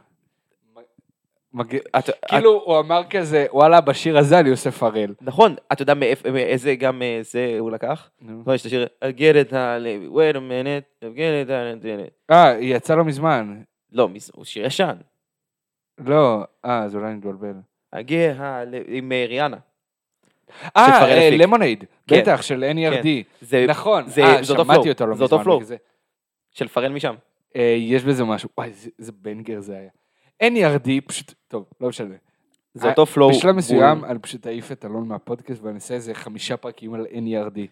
כאילו, הוא אמר כזה, וואלה, בשיר הזה אני עושה פרל. נכון, אתה יודע מאיזה גם זה הוא לקח? יש את השיר, I'll get it, wait a minute, I'll get it, אה, היא יצאה לו מזמן. לא, הוא שיר ישן. לא, אה, אז אולי נתבלבל. I'll עם ריאנה. אה, למונייד, בטח, של אן אי אר די. נכון, אה, שמעתי אותו לא מזמן. של פרל משם. יש בזה משהו, וואי, זה בנגר זה היה. אן אי אר די, פשוט, טוב, לא משנה. זה אותו פלואו. בשלב מסוים, אני פשוט אעיף את אלון מהפודקאסט, ואני אעשה איזה חמישה פרקים על אן אי אר די.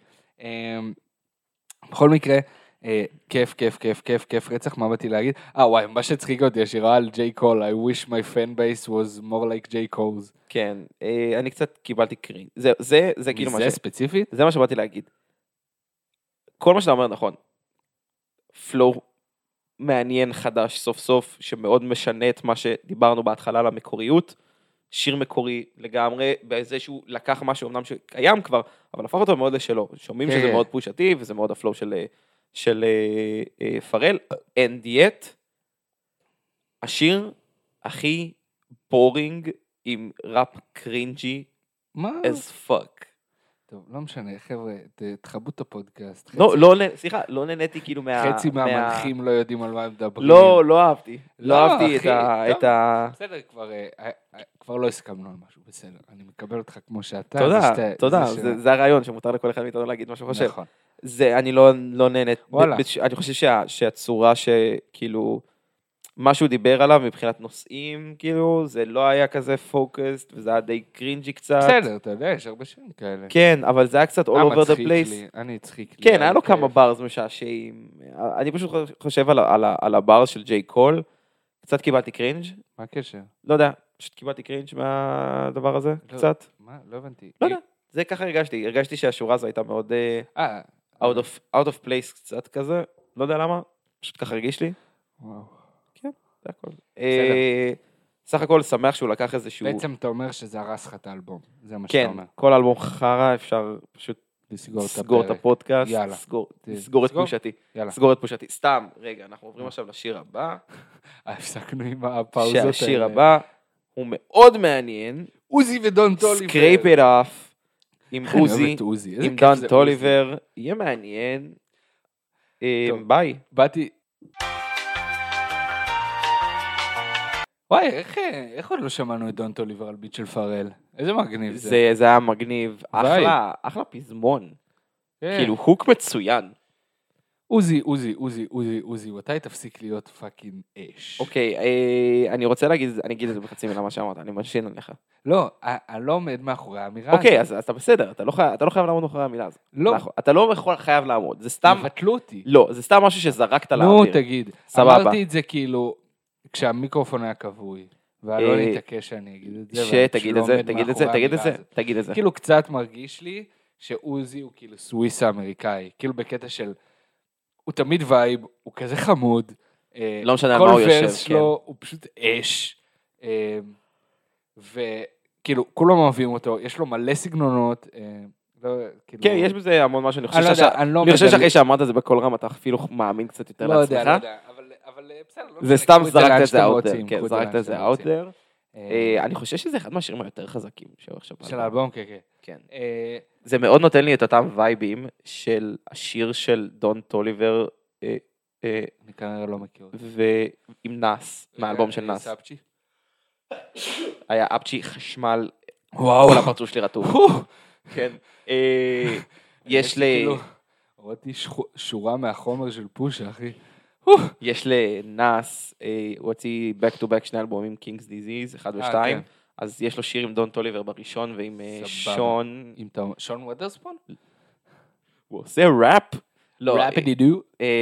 בכל מקרה, כיף, כיף, כיף, כיף, כיף רצח, מה באתי להגיד? אה, וואי, מה שצחיק אותי, השירה על ג'יי קול, I wish my fan base was more like ג'יי קול's. כן, אני קצת קיבלתי קרין. זה כאילו מה ש... זה ספציפית? זה מה שבאתי להגיד. כל מה שאתה אומר נכון. פלואו מעניין חדש סוף סוף, שמאוד משנה את מה שדיברנו בהתחלה על המקוריות. שיר מקורי לגמרי, באיזה שהוא לקח משהו אמנם שקיים כבר, אבל הפך אותו מאוד לשלו. שומעים שזה מאוד פושטי, וזה מאוד הפלואו של... של פרל, and yet, השיר הכי בורינג עם ראפ קרינג'י, as fuck. טוב, לא משנה, חבר'ה, תחבו את הפודקאסט. לא, לא, סליחה, לא נהניתי כאילו מה... חצי מהמנחים לא יודעים על מה הם מדברים. לא, לא אהבתי. לא אהבתי את ה... בסדר, כבר לא הסכמנו על משהו, בסדר. אני מקבל אותך כמו שאתה. תודה, תודה, זה הרעיון שמותר לכל אחד מאיתנו להגיד מה שהוא חושב. נכון. זה, אני לא, לא נהנית, אני חושב שה, שהצורה שכאילו, מה שהוא דיבר עליו מבחינת נושאים, כאילו, זה לא היה כזה פוקסט, וזה היה די קרינג'י קצת. בסדר, אתה יודע, יש הרבה שירים כאלה. כן, אבל זה היה קצת all over the place. אני צחיק לי. כן, היה לו כמה ברס משעשעים. אני פשוט חושב על, על, על הברס של ג'יי קול, קצת קיבלתי קרינג'. מה הקשר? לא יודע, פשוט קיבלתי קרינג' מהדבר הזה, לא, קצת. מה? לא הבנתי. לא יודע, זה ככה הרגשתי, הרגשתי שהשורה הזו הייתה מאוד... אה, out of, out of place קצת כזה, לא יודע למה, פשוט ככה הרגיש לי. וואו. כן, זה הכל. סך הכל שמח שהוא לקח איזשהו... בעצם אתה אומר שזה הרס לך את האלבום, זה מה שאתה אומר. כן, כל אלבום חרא אפשר פשוט לסגור את הפודקאסט, לסגור את פושטי, לסגור את פושטי. סתם, רגע, אנחנו עוברים עכשיו לשיר הבא. הפסקנו עם הפאוזות האלה. שהשיר הבא הוא מאוד מעניין. עוזי ודון טוליבר. Scrape it off. עם עוזי, עם דון טוליבר, יהיה מעניין. ביי. באתי. וואי, איך עוד לא שמענו את דון טוליבר על ביט של פרל? איזה מגניב זה. זה היה מגניב. אחלה, אחלה פזמון. כאילו, הוק מצוין. עוזי, עוזי, עוזי, עוזי, עוזי, מתי תפסיק להיות פאקינג אש? אוקיי, אני רוצה להגיד, אני אגיד את זה בחצי מילה מה שאמרת, אני משין עליך. לא, אני לא עומד מאחורי האמירה הזאת. אוקיי, אז אתה בסדר, אתה לא חייב לעמוד מאחורי האמירה הזאת. לא. אתה לא חייב לעמוד, זה סתם... מבטלו אותי. לא, זה סתם משהו שזרקת לאוויר. נו, תגיד. אמרתי את זה כאילו, כשהמיקרופון היה כבוי, ואלון התעקש שאני אגיד את זה, שתגיד את זה, תגיד את זה, תגיד את זה, תגיד את זה. כאילו קצת מרגיש לי שעוזי הוא כאילו סוויס האמריקאי, כאילו בקטע של, הוא תמיד וייב, הוא כזה חמוד, לא משנה על מה הוא יושב, כל ורס שלו הוא פשוט אש, וכאילו כולם אוהבים אותו, יש לו מלא סגנונות, כן, יש בזה המון משהו, אני חושב שאחרי שאמרת את זה בכל רם, אתה אפילו מאמין קצת יותר לעצמך. לא יודע, לא יודע, אבל בסדר. זה סתם זרקת את זה out there, כן, זרקת את זה out there. אני חושב שזה אחד מהשירים היותר חזקים שהוא עכשיו. של האלבום, כן, כן. זה מאוד נותן לי את אותם וייבים של השיר של דון טוליבר. אני כנראה לא מכיר. ועם נאס, מהאלבום של נאס. אפצ'י? היה אפצ'י חשמל, וואו. כל הפרצוף שלי רטוב. כן. יש ל... ראיתי שורה מהחומר של פושה, אחי. יש לנאס, הוא הוציא back to back שני אלבומים, King's Disease, אחד ושתיים, אז יש לו שיר עם דון טוליבר בראשון, ועם שון... עם שון ווטרספון? הוא עושה ראפ. ראפי דו?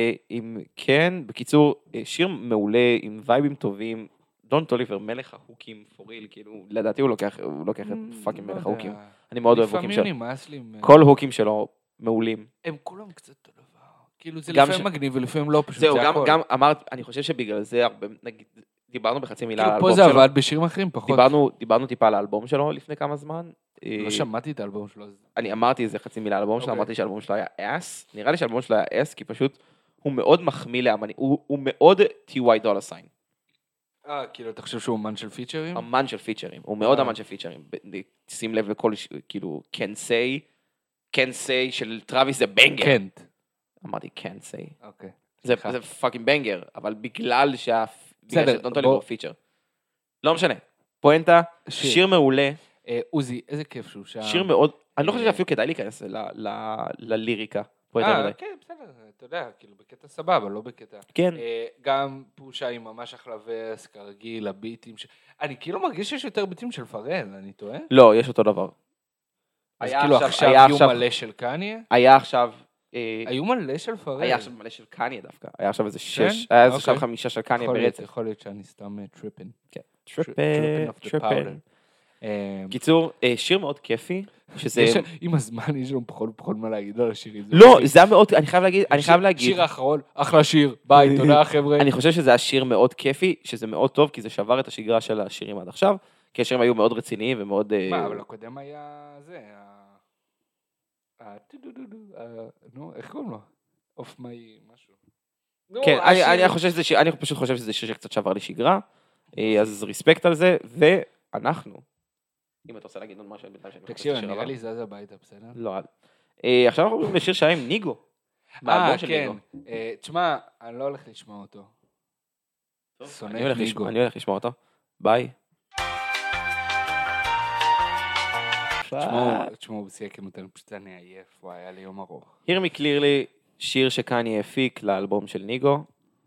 כן, בקיצור, שיר מעולה, עם וייבים טובים, דון טוליבר, מלך החוקים, פוריל, כאילו, לדעתי הוא לוקח את פאקינג מלך החוקים. אני מאוד אוהב הוקים שלו. כל הוקים שלו מעולים. הם כולם קצת אותו דבר. כאילו זה לפעמים מגניב ולפעמים לא, פשוט זה הכל. גם אמרת, אני חושב שבגלל זה הרבה, נגיד, דיברנו בחצי מילה על האלבום שלו. פה זה עבד בשירים אחרים פחות. דיברנו טיפה על האלבום שלו לפני כמה זמן. לא שמעתי את האלבום שלו. אני אמרתי איזה חצי מילה על האלבום שלו, אמרתי שהאלבום שלו היה אס. נראה לי שהאלבום שלו היה אס, כי פשוט הוא מאוד מחמיא לאמנים, הוא מאוד טי וואי דולר סיין. אה, כאילו, אתה חושב שהוא אמן של פיצ'רים? אמן של פיצ'רים, הוא מאוד אמן של פיצ'רים. שים לב לכל, כאילו, can say, can say של טראביס זה בנגר. קנט. אמרתי can't say. אוקיי. זה פאקינג בנגר, אבל בגלל שה... בסדר, בוא... פיצ'ר. לא משנה. פואנטה, שיר מעולה. עוזי, איזה כיף שהוא שם. שיר מאוד, אני לא חושב שאפילו כדאי להיכנס לליריקה. אה, כן, בסדר, אתה יודע, כאילו בקטע סבבה, לא בקטע. כן. גם פושה עם ממש אחלה ורס, כרגיל, הביטים. אני כאילו מרגיש שיש יותר ביטים של פרל, אני טועה? לא, יש אותו דבר. אז כאילו עכשיו היו מלא של קניה? היה עכשיו... היו מלא של פרל. היה עכשיו מלא של קניה דווקא. היה עכשיו איזה שש, היה איזה עכשיו חמישה של קניה ברצף. יכול להיות שאני סתם טריפן. כן. טריפן, טריפן. קיצור, שיר מאוד כיפי, שזה... עם הזמן יש לנו פחות ופחות מה להגיד על השירים. לא, זה היה מאוד, אני חייב להגיד, אני חייב להגיד. שיר האחרון, אחלה שיר, ביי, תודה חבר'ה. אני חושב שזה היה שיר מאוד כיפי, שזה מאוד טוב, כי זה שבר את השגרה של השירים עד עכשיו, כי השירים היו מאוד רציניים ומאוד... מה, אבל הקודם היה זה, נו, איך קוראים לו? אוף מי משהו. כן, אני פשוט חושב שזה שיר שקצת שבר לי שגרה, אז ריספקט על זה, ואנחנו... אם אתה רוצה להגיד עוד משהו, תקשיב, נראה לי זז הביתה, בסדר? לא, עכשיו אנחנו עוברים לשיר שהיה עם ניגו. אה, כן. תשמע, אני לא הולך לשמוע אותו. שונא ניגו. אני הולך לשמוע אותו. ביי. תשמעו, בשיא הכנות, אני פשוט אני עייף, וואי, היה לי יום ארוך. Hear Me Clearly, שיר שקניה הפיק לאלבום של ניגו.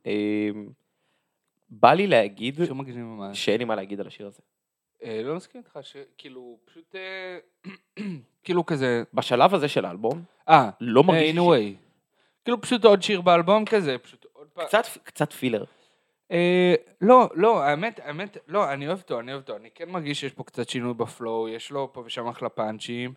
בא לי להגיד שאין לי מה להגיד על השיר הזה. לא מסכים איתך, שכאילו, פשוט, כאילו כזה... בשלב הזה של האלבום, אה, לא מרגיש... in a way. כאילו פשוט עוד שיר באלבום כזה, פשוט עוד פעם... קצת, קצת פילר. לא, לא, האמת, האמת, לא, אני אוהב אותו, אני אוהב אותו. אני כן מרגיש שיש פה קצת שינוי בפלואו, יש לו פה ושם אחלה פאנצ'ים.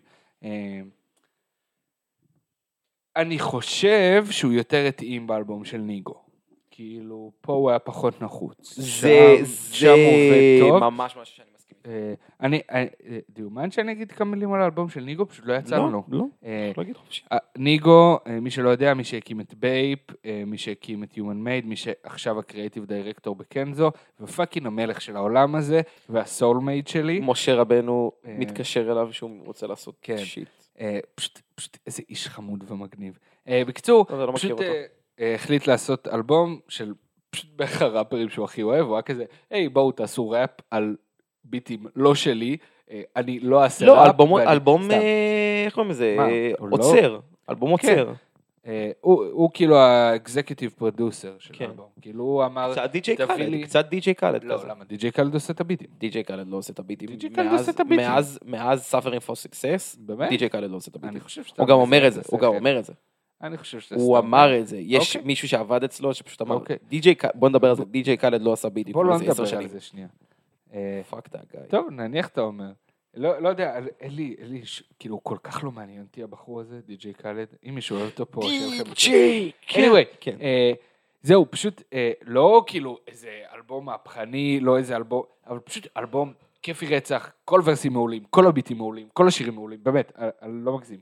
אני חושב שהוא יותר התאים באלבום של ניגו. כאילו, פה הוא היה פחות נחוץ. זה, זה ממש משהו שאני מסכים. אני, דיומן שאני אגיד כמה מילים על האלבום של ניגו, פשוט לא יצא לנו. לא, לא, לא אגיד חופשי. ניגו, מי שלא יודע, מי שהקים את בייפ, מי שהקים את Human Made, מי שעכשיו הקריאטיב דירקטור בקנזו, ופאקינג המלך של העולם הזה, והסולמייט שלי. משה רבנו מתקשר אליו שהוא רוצה לעשות שיט. פשוט איזה איש חמוד ומגניב. בקיצור, פשוט... החליט לעשות אלבום של פשוט בערך הראפרים שהוא הכי אוהב, הוא היה כזה, היי בואו תעשו ראפ על ביטים לא שלי, אני לא אעשה ראפ. לא, אלבום, איך קוראים לזה? עוצר, אלבום עוצר. הוא כאילו האקזקיוטיב פרודוסר של האלבום, כאילו הוא אמר, קצת די-ג'יי קאלד, קצת די-ג'יי קאלד. לא, למה? די-ג'יי קאלד עושה את הביטים. די-ג'יי קאלד לא עושה את הביטים. די-ג'יי קאלד עושה את הביטים. מאז Suffering for Success, באמת? די-ג'יי קאלד לא עושה את הביטים. אני חושב שאתה... הוא גם אומר את זה, הוא גם אומר את זה. אני חושב שזה הוא אמר את זה, יש מישהו שעבד אצלו שפשוט אמר, בוא נדבר על זה, די-ג'יי קאלד לא עשה ביטים. בוא לא נדבר על זה שנייה. פאק דה גאי. טוב, נניח אתה אומר. לא, לא יודע, אלי, אלי, כאילו, הוא כל כך לא מעניין אותי הבחור הזה, די-ג'יי קאלד, אם מישהו אוהב אותו פה, די-ג'יי, anyway, זהו, פשוט, לא כאילו איזה אלבום מהפכני, לא איזה אלבום, אבל פשוט אלבום כיפי רצח, כל ורסים מעולים, כל הביטים מעולים, כל השירים מעולים, באמת, אני לא מגזים.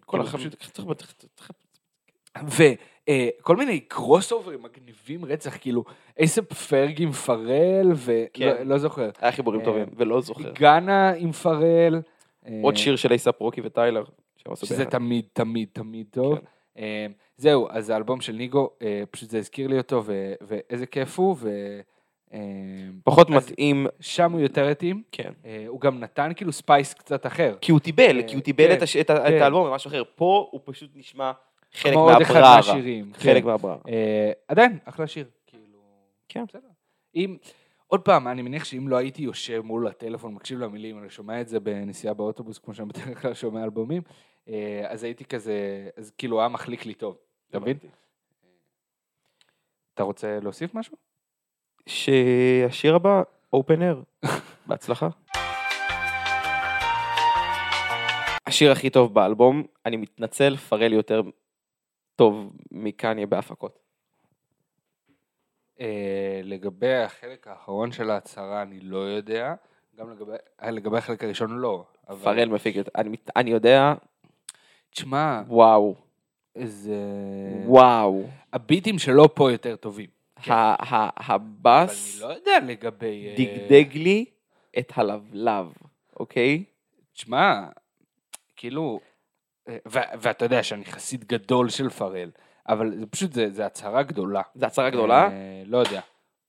וכל מיני קרוס אוברים מגניבים רצח, כאילו, אייסאפ פרגי עם פרל, ולא זוכר. היה חיבורים טובים, ולא זוכר. גאנה עם פרל. עוד שיר של אייסאפ רוקי וטיילר. שזה תמיד, תמיד, תמיד טוב. זהו, אז האלבום של ניגו, פשוט זה הזכיר לי אותו, ואיזה כיף הוא, ו... פחות מתאים. שם הוא יותר התאים. כן. הוא גם נתן כאילו ספייס קצת אחר. כי הוא טיבל, כי הוא טיבל את האלבום במשהו אחר. פה הוא פשוט נשמע חלק מהבררה. חלק מהבררה. עדיין, אחלה שיר. כן. אם, עוד פעם, אני מניח שאם לא הייתי יושב מול הטלפון, מקשיב למילים, אני שומע את זה בנסיעה באוטובוס, כמו שאני בדרך כלל שומע אלבומים, אז הייתי כזה, אז כאילו היה מחליק לי טוב. אתה מבין? אתה רוצה להוסיף משהו? שהשיר הבא, Open Air. בהצלחה. השיר הכי טוב באלבום, אני מתנצל, פרל יותר טוב מקניה בהפקות. לגבי החלק האחרון של ההצהרה, אני לא יודע. גם לגבי החלק הראשון, לא. פרל מפיק את... אני יודע... תשמע... וואו. איזה... וואו. הביטים שלו פה יותר טובים. הבאס... אני לא יודע לגבי... דגדג לי את הלבלב, אוקיי? תשמע, כאילו... ואתה יודע שאני חסיד גדול של פרל. אבל זה פשוט, זה, זה הצהרה גדולה. זה הצהרה גדולה? אה, לא יודע.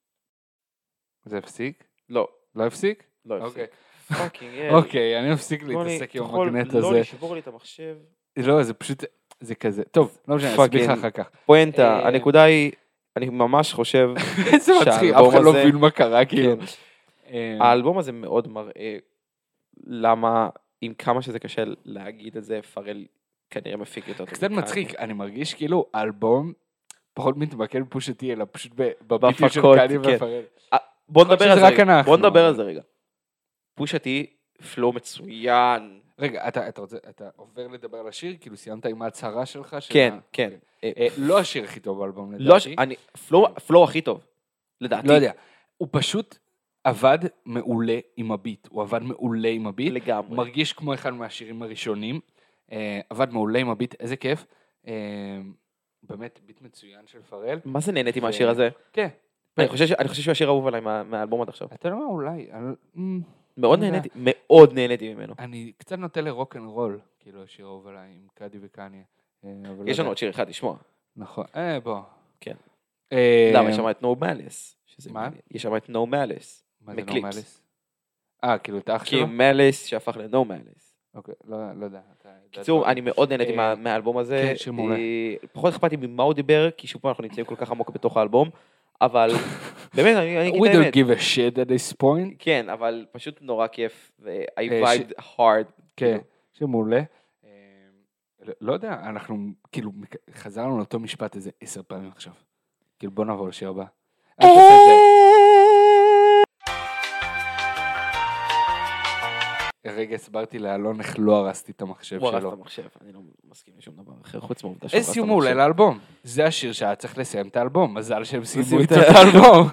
זה הפסיק? לא. לא הפסיק? לא הפסיק. אוקיי, אוקיי, אני מפסיק להתעסק עם המגנט הזה. לא לשבור לי את המחשב. לא, זה פשוט, זה כזה. טוב, לא משנה, אסביר לך אחר כך. פואנטה, הנקודה היא, אני ממש חושב איזה מצחיק, אף אחד לא מבין מה קרה, כאילו. האלבום הזה מאוד מראה למה, עם כמה שזה קשה להגיד את זה, פרל כנראה מפיק יותר טוב. קצת מצחיק, אני מרגיש כאילו האלבום פחות מתמקד בפושטי, אלא פשוט בביטים של קני ופרל. בוא נדבר על זה רגע, בוא נדבר על זה רגע. פושטי, פלו מצוין. רגע, אתה רוצה, אתה עובר לדבר על השיר, כאילו סיימת עם ההצהרה שלך? כן, כן. לא השיר הכי טוב באלבום, לדעתי. פלו הכי טוב, לדעתי. לא יודע, הוא פשוט עבד מעולה עם הביט, הוא עבד מעולה עם הביט. לגמרי. מרגיש כמו אחד מהשירים הראשונים. עבד מעולה עם הביט, איזה כיף. באמת, ביט מצוין של פרל. מה זה נהניתי מהשיר הזה? כן. אני חושב שהוא השיר אהוב עליי מהאלבום עד עכשיו. אתה יודע מה, אולי. מאוד נהניתי, מאוד נהניתי ממנו. אני קצת נוטה לרוק אנד רול, כאילו השיר אהוב עליי עם קאדי וקניה. יש לנו עוד שיר אחד, לשמוע. נכון, אה, בוא. כן. למה, יש שם את No Malice. מה? יש שם את No Malice. מה זה No Malice? אה, כאילו את האח שלו? כי Malice שהפך ל-No Malice. אוקיי, לא יודע. קיצור, אני מאוד נהניתי מהאלבום הזה. פחות אכפתי ממה הוא דיבר, כי שוב פעם אנחנו נמצאים כל כך עמוק בתוך האלבום, אבל באמת, אני אגיד את האמת. We don't give a shit at this point. כן, אבל פשוט נורא כיף, ו- I vibed hard. כן, שמעולה. לא יודע, אנחנו כאילו חזרנו לאותו משפט איזה עשר פעמים עכשיו. כאילו בוא נעבור לשיר הבא. רגע, הסברתי לאלון איך לא הרסתי את המחשב שלו. הוא הרס את המחשב, אני לא מסכים לשום דבר אחר, חוץ מהעובדה שהוא הרס את המחשב. איזה סיום מעולה לאלבום. זה השיר שהיה צריך לסיים את האלבום, מזל שהם סיימו את האלבום.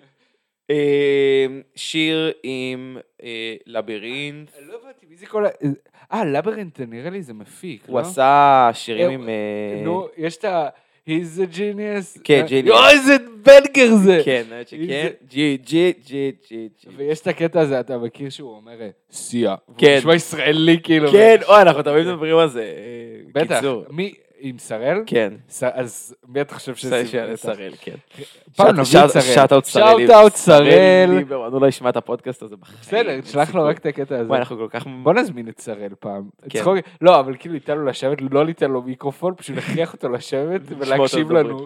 שיר עם לבירינט. לא הבנתי, מי זה כל ה... אה, לבירינט, נראה לי זה מפיק, לא? הוא עשה שירים עם... נו, יש את ה... He's a genius. כן, genius. יואו, איזה בנגר זה. כן, כן. ג'י, ג'י, ג'י, ג'י. ויש את הקטע הזה, אתה מכיר שהוא אומר, סיה. כן. נשמע ישראלי, כאילו. כן, אוי, אנחנו תמיד מדברים על זה. בטח. מי, עם שראל? כן. אז מי אתה חושב שזה? שראל, כן. פעם נביא את שראל. שאט-אאוט שראל. שאט-אאוט שראל. הוא לא ישמע את הפודקאסט הזה בחיים. בסדר, תשלח לו רק את הקטע הזה. וואי, אנחנו כל כך... בוא נזמין את שראל פעם. לא, אבל כאילו ניתן לו לשבת, לא ניתן לו מיקרופון, פשוט נכריח אותו לשבת ולהקשיב לנו.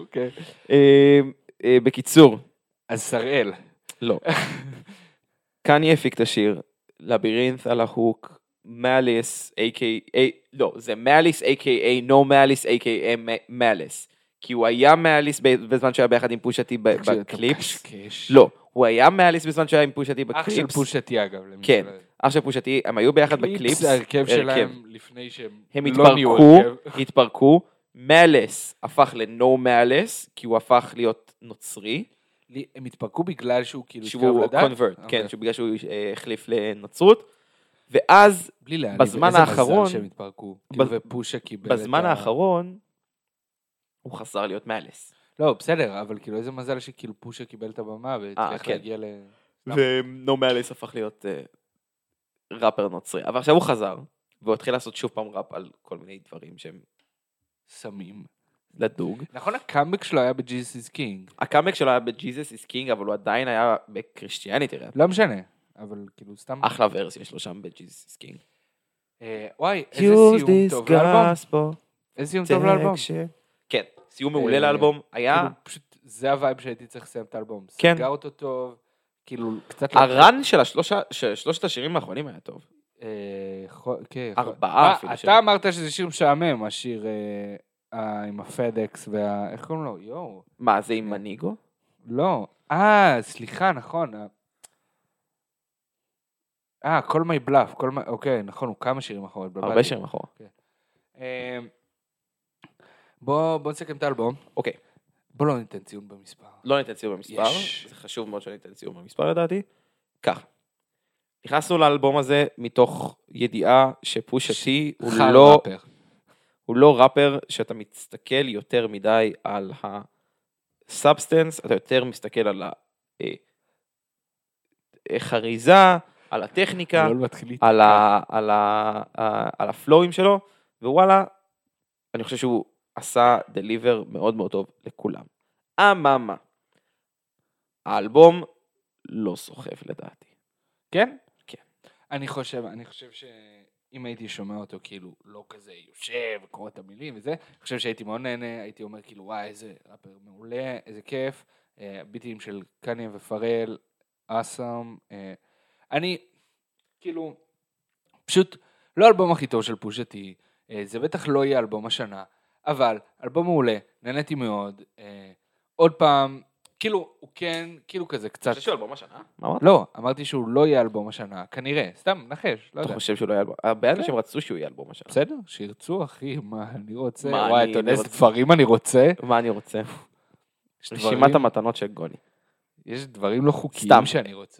בקיצור. אז שראל. לא. קניה הפיק את השיר, לבירינט על ההוק, מאליס, a.k.a, לא, זה מאליס, a.k.a, no מאליס, a.k.a, מאליס. כי הוא היה מאליס בזמן שהיה ביחד עם פושטי בקליפס. לא, הוא היה מאליס בזמן שהיה עם פושטי בקליפס. אח של פושטי אגב. כן, אח של פושטי, הם היו ביחד בקליפס. ההרכב שלהם לפני שהם הם התפרקו, התפרקו. מאליס הפך לנו מאליס, כי הוא הפך להיות נוצרי. הם התפרקו בגלל שהוא כאילו... שהוא קונברט, כן, בגלל שהוא החליף לנצרות. ואז בזמן האחרון... בזמן האחרון... הוא חזר להיות מאליס. לא, בסדר, אבל כאילו איזה מזל שכאילו פושה קיבל את הבמה והצליח להגיע ל... ונו מאליס הפך להיות ראפר נוצרי. אבל עכשיו הוא חזר, והוא התחיל לעשות שוב פעם ראפ על כל מיני דברים שהם... סמים. לדוג. נכון, הקאמבק שלו היה ב-Jesus is King. הקאמבק שלו היה ב-Jesus is King, אבל הוא עדיין היה בקריסטיאניטי ראפ. לא משנה, אבל כאילו סתם... אחלה ורס יש לו שם ב-Jesus is King. וואי, איזה סיום טוב לאלבום. איזה סיום טוב לאלבום. כן, סיום מעולה לאלבום, היה... פשוט זה הווייב שהייתי צריך לסיים את האלבום. כן. סגר אותו טוב, כאילו קצת... הרן של שלושת השירים האחרונים היה טוב. ארבעה אפילו. אתה אמרת שזה שיר משעמם, השיר עם הפדקס וה... איך קוראים לו? יואו. מה, זה עם מניגו? לא. אה, סליחה, נכון. אה, כל מי בלף, כל מי... אוקיי, נכון, הוא כמה שירים אחרות. הרבה שירים אחרות. בוא, בוא נסכם את האלבום. אוקיי. בוא לא ניתן ציון במספר. לא ניתן ציון במספר. יש. זה חשוב מאוד שניתן ציון במספר לדעתי. ככה. נכנסנו לאלבום הזה מתוך ידיעה שפושטי הוא לא... ראפר. הוא לא ראפר שאתה מסתכל יותר מדי על הסאבסטנס, אתה יותר מסתכל על החריזה, על הטכניקה, על, ה, על, ה, על הפלואים שלו, ווואלה, אני חושב שהוא עשה דליבר מאוד מאוד טוב לכולם. אממה, האלבום לא סוחב לדעתי. כן? כן. אני חושב, אני חושב שאם הייתי שומע אותו כאילו לא כזה יושב וקורא את המילים וזה, אני חושב שהייתי מאוד נהנה, הייתי אומר כאילו וואי איזה ראפר מעולה, איזה כיף, ביטים של קניה ופרל, אסם, אני כאילו פשוט לא אלבום הכי טוב של פושטי, זה בטח לא יהיה אלבום השנה, אבל אלבום מעולה, נהניתי מאוד, עוד פעם, כאילו, הוא כן, כאילו כזה קצת... אתה חושב שהוא אלבום השנה? לא, אמרתי שהוא לא יהיה אלבום השנה, כנראה, סתם, נחש, לא יודע. אתה חושב שהוא לא יהיה אלבום? הרבה אנשים רצו שהוא יהיה אלבום השנה. בסדר, שירצו, אחי, מה אני רוצה? וואי, אתה יודע איזה דברים אני רוצה? מה אני רוצה? רשימת המתנות של גוני. יש דברים לא חוקיים שאני רוצה.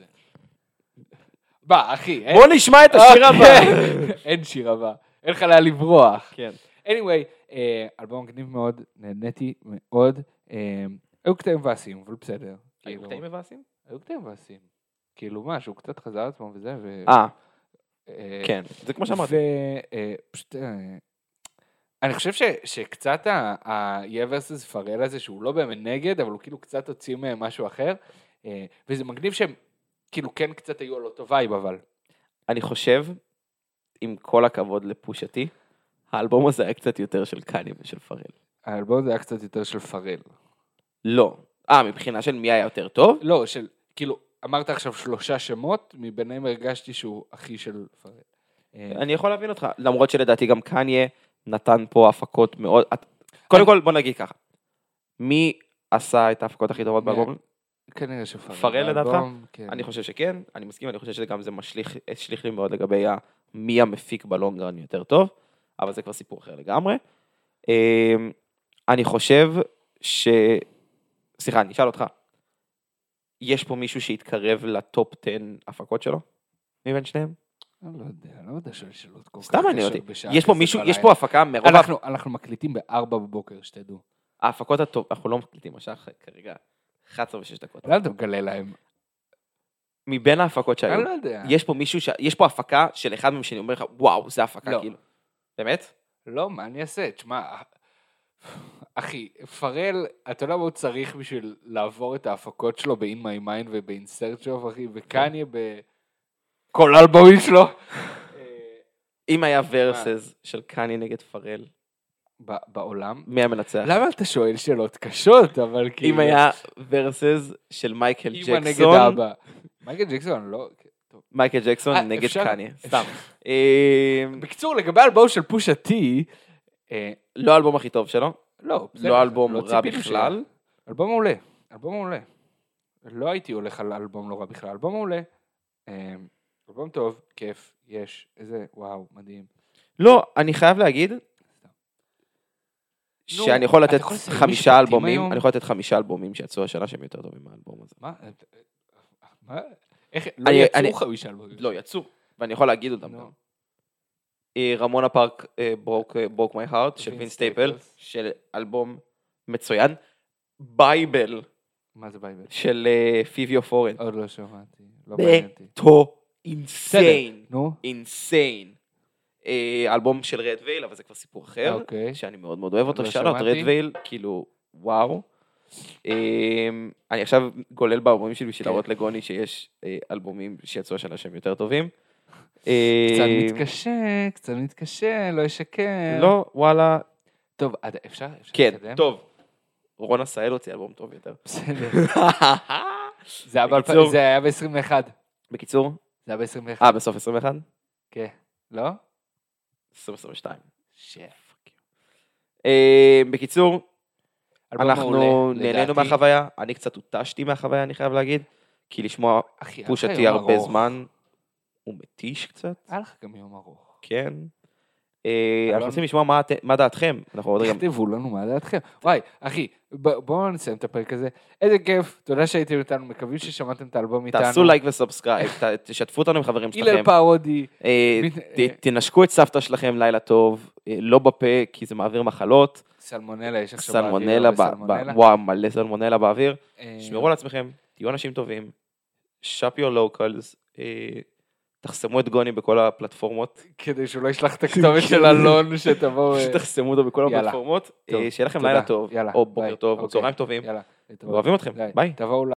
בא, אחי. בוא נשמע את השיר הבא. אין שיר הבא. אין לך לה לברוח. כן. anyway, אלבום מגניב מאוד, נהניתי מאוד. היו קטעים מבאסים, אבל בסדר. היו קטעים מבאסים? היו קטעים מבאסים. כאילו מה, שהוא קצת חזר עצמו וזה. אה, כן, זה כמו שאמרתי. ופשוט, אני חושב שקצת ה-Yeah versus פרל הזה, שהוא לא באמת נגד, אבל הוא כאילו קצת הוציא מהם משהו אחר, וזה מגניב שהם כאילו כן קצת היו על אותו וייב, אבל. אני חושב, עם כל הכבוד לפושטי, האלבום הזה היה קצת יותר של קניה ושל פרל. האלבום הזה היה קצת יותר של פרל. לא. אה, מבחינה של מי היה יותר טוב? לא, של, כאילו, אמרת עכשיו שלושה שמות, מביניהם הרגשתי שהוא אחי של פרל. אני יכול להבין אותך, למרות שלדעתי גם קניה נתן פה הפקות מאוד... קודם כל, בוא נגיד ככה. מי עשה את ההפקות הכי טובות באלבום? כנראה שפרל. פרל לדעתך? אני חושב שכן, אני מסכים, אני חושב שגם זה משליך לי מאוד לגבי מי המפיק בלונגרן יותר טוב, אבל זה כבר סיפור אחר לגמרי. אני חושב ש... סליחה, אני אשאל אותך. יש פה מישהו שהתקרב לטופ עשר הפקות שלו? מבין שניהם? אני לא יודע, אני לא יודע של שאלות כל כך. סתם מעניין אותי. יש פה מישהו, יש פה הפקה מרוב... אנחנו מקליטים בארבע בבוקר, שתדעו. ההפקות הטוב, אנחנו לא מקליטים, השעה כרגע אחת עשרה ושש דקות. למה אתה מגלה להם? מבין ההפקות שהיו. אני לא יודע. יש פה מישהו, יש פה הפקה של אחד מהם שאני אומר לך, וואו, זה הפקה כאילו. באמת? לא, מה אני אעשה? תשמע, אחי, פרל, אתה יודע מה הוא צריך בשביל לעבור את ההפקות שלו ב-In My Mind וב-In Search of, אחי, וקניה בכל אלבומים שלו. אם היה ורסס של קניה נגד פרל. בעולם? מי המנצח? למה אתה שואל שאלות קשות, אבל כאילו... אם היה ורסס של מייקל ג'קסון. אימא נגד אבא. מייקל ג'קסון, לא... מייקל ג'קסון אה, נגד אפשר- קניה, אפשר. סתם. אה, בקיצור, לגבי האלבום של פושה טי, אה, לא האלבום הכי טוב שלו, לא, בסדר, לא אלבום לא רע ציפינו בכלל. שיהיה. אלבום מעולה, אלבום מעולה. לא הייתי הולך על אלבום לא רע בכלל, אלבום מעולה. אה, אלבום טוב, כיף, יש, איזה, וואו, מדהים. לא, אני חייב להגיד, שאני יכול אתה לתת יכול לסיים חמישה משפטים אלבומים, היום? אני יכול לתת חמישה אלבומים שיצאו השנה שהם יותר טובים מהאלבום הזה. מה? מה? איך, לא אני- יצאו אני- חמישה אלבומים. לא, יצאו, ואני יכול להגיד אותם נו. גם. אה, רמונה פארק ברוק מי הארט של וינס וינס סטייפל, סטייפלס. של אלבום מצוין. בייבל מה זה בייבל? של פיביו פורן. עוד לא שמעתי, לא מעניין אותי. בטו בסדר, אינסיין. נו, אינסיין. אלבום של רד וייל, אבל זה כבר סיפור אחר, אוקיי. שאני מאוד מאוד אוהב אותו, לא שאלות, שמעתי. רד וייל, כאילו, וואו. אמ, אני עכשיו גולל באלבומים שלי בשביל כן. להראות לגוני שיש אה, אלבומים שיצאו השנה שהם יותר טובים. קצת אמ, מתקשה, קצת מתקשה, לא ישקר. לא, וואלה, טוב, עד- אפשר? אפשר כן, להתקדם? טוב. רון עשאל הוציא אלבום טוב יותר. בסדר. זה היה באלפ- בקיצור. זה היה ב-עשרים ואחת. בקיצור, זה היה ב-עשרים ואחת. אה, בסוף עשרים ואחת? כן. לא? עשרים עשרים ושתיים. שף. אמ, בקיצור, אלבום אנחנו מעולה, נהנינו לדעתי. מהחוויה, אני קצת הוטשתי מהחוויה, אני חייב להגיד, כי לשמוע אחי, היה לך פושתי יום הרבה ארוך. זמן, הוא מתיש קצת, היה לך גם יום ארוך. כן. אה, אלון- אנחנו רוצים לשמוע מה את- מה דעתכם, אנחנו עוד רגע, תכתבו לנו מה דעתכם. וואי, אחי, ב- בואו נסיים את הפרק הזה. איזה כיף, תודה שהייתם איתנו, מקווים ששמעתם את האלבום איתנו. תעשו לייק וסאבסקרייב, ת- תשתפו אותנו עם חברים שלכם, הלל פרודי. אה, מת- ת- תנשקו את סבתא שלכם לילה טוב, אה, לא בפה, כי זה מעביר מחלות, סלמונלה, יש עכשיו סלמונלה, באוויר, ב- הרבה ב- וואו, מלא סלמונלה באוויר, אה, שמרו על עצמכם, תהיו אנשים טובים, shop your locals, אה, תחסמו את גוני בכל הפלטפורמות, כדי שהוא לא ישלח את הכתובת של אלון שתבואו... פשוט תחסמו אותו בכל יאללה. הפלטפורמות, טוב, אה, שיהיה לכם תודה. לילה טוב, יאללה, או בוקר ביי. טוב, או אוקיי. צהריים טובים, יאללה. אוהבים אתכם, ביי. תבואו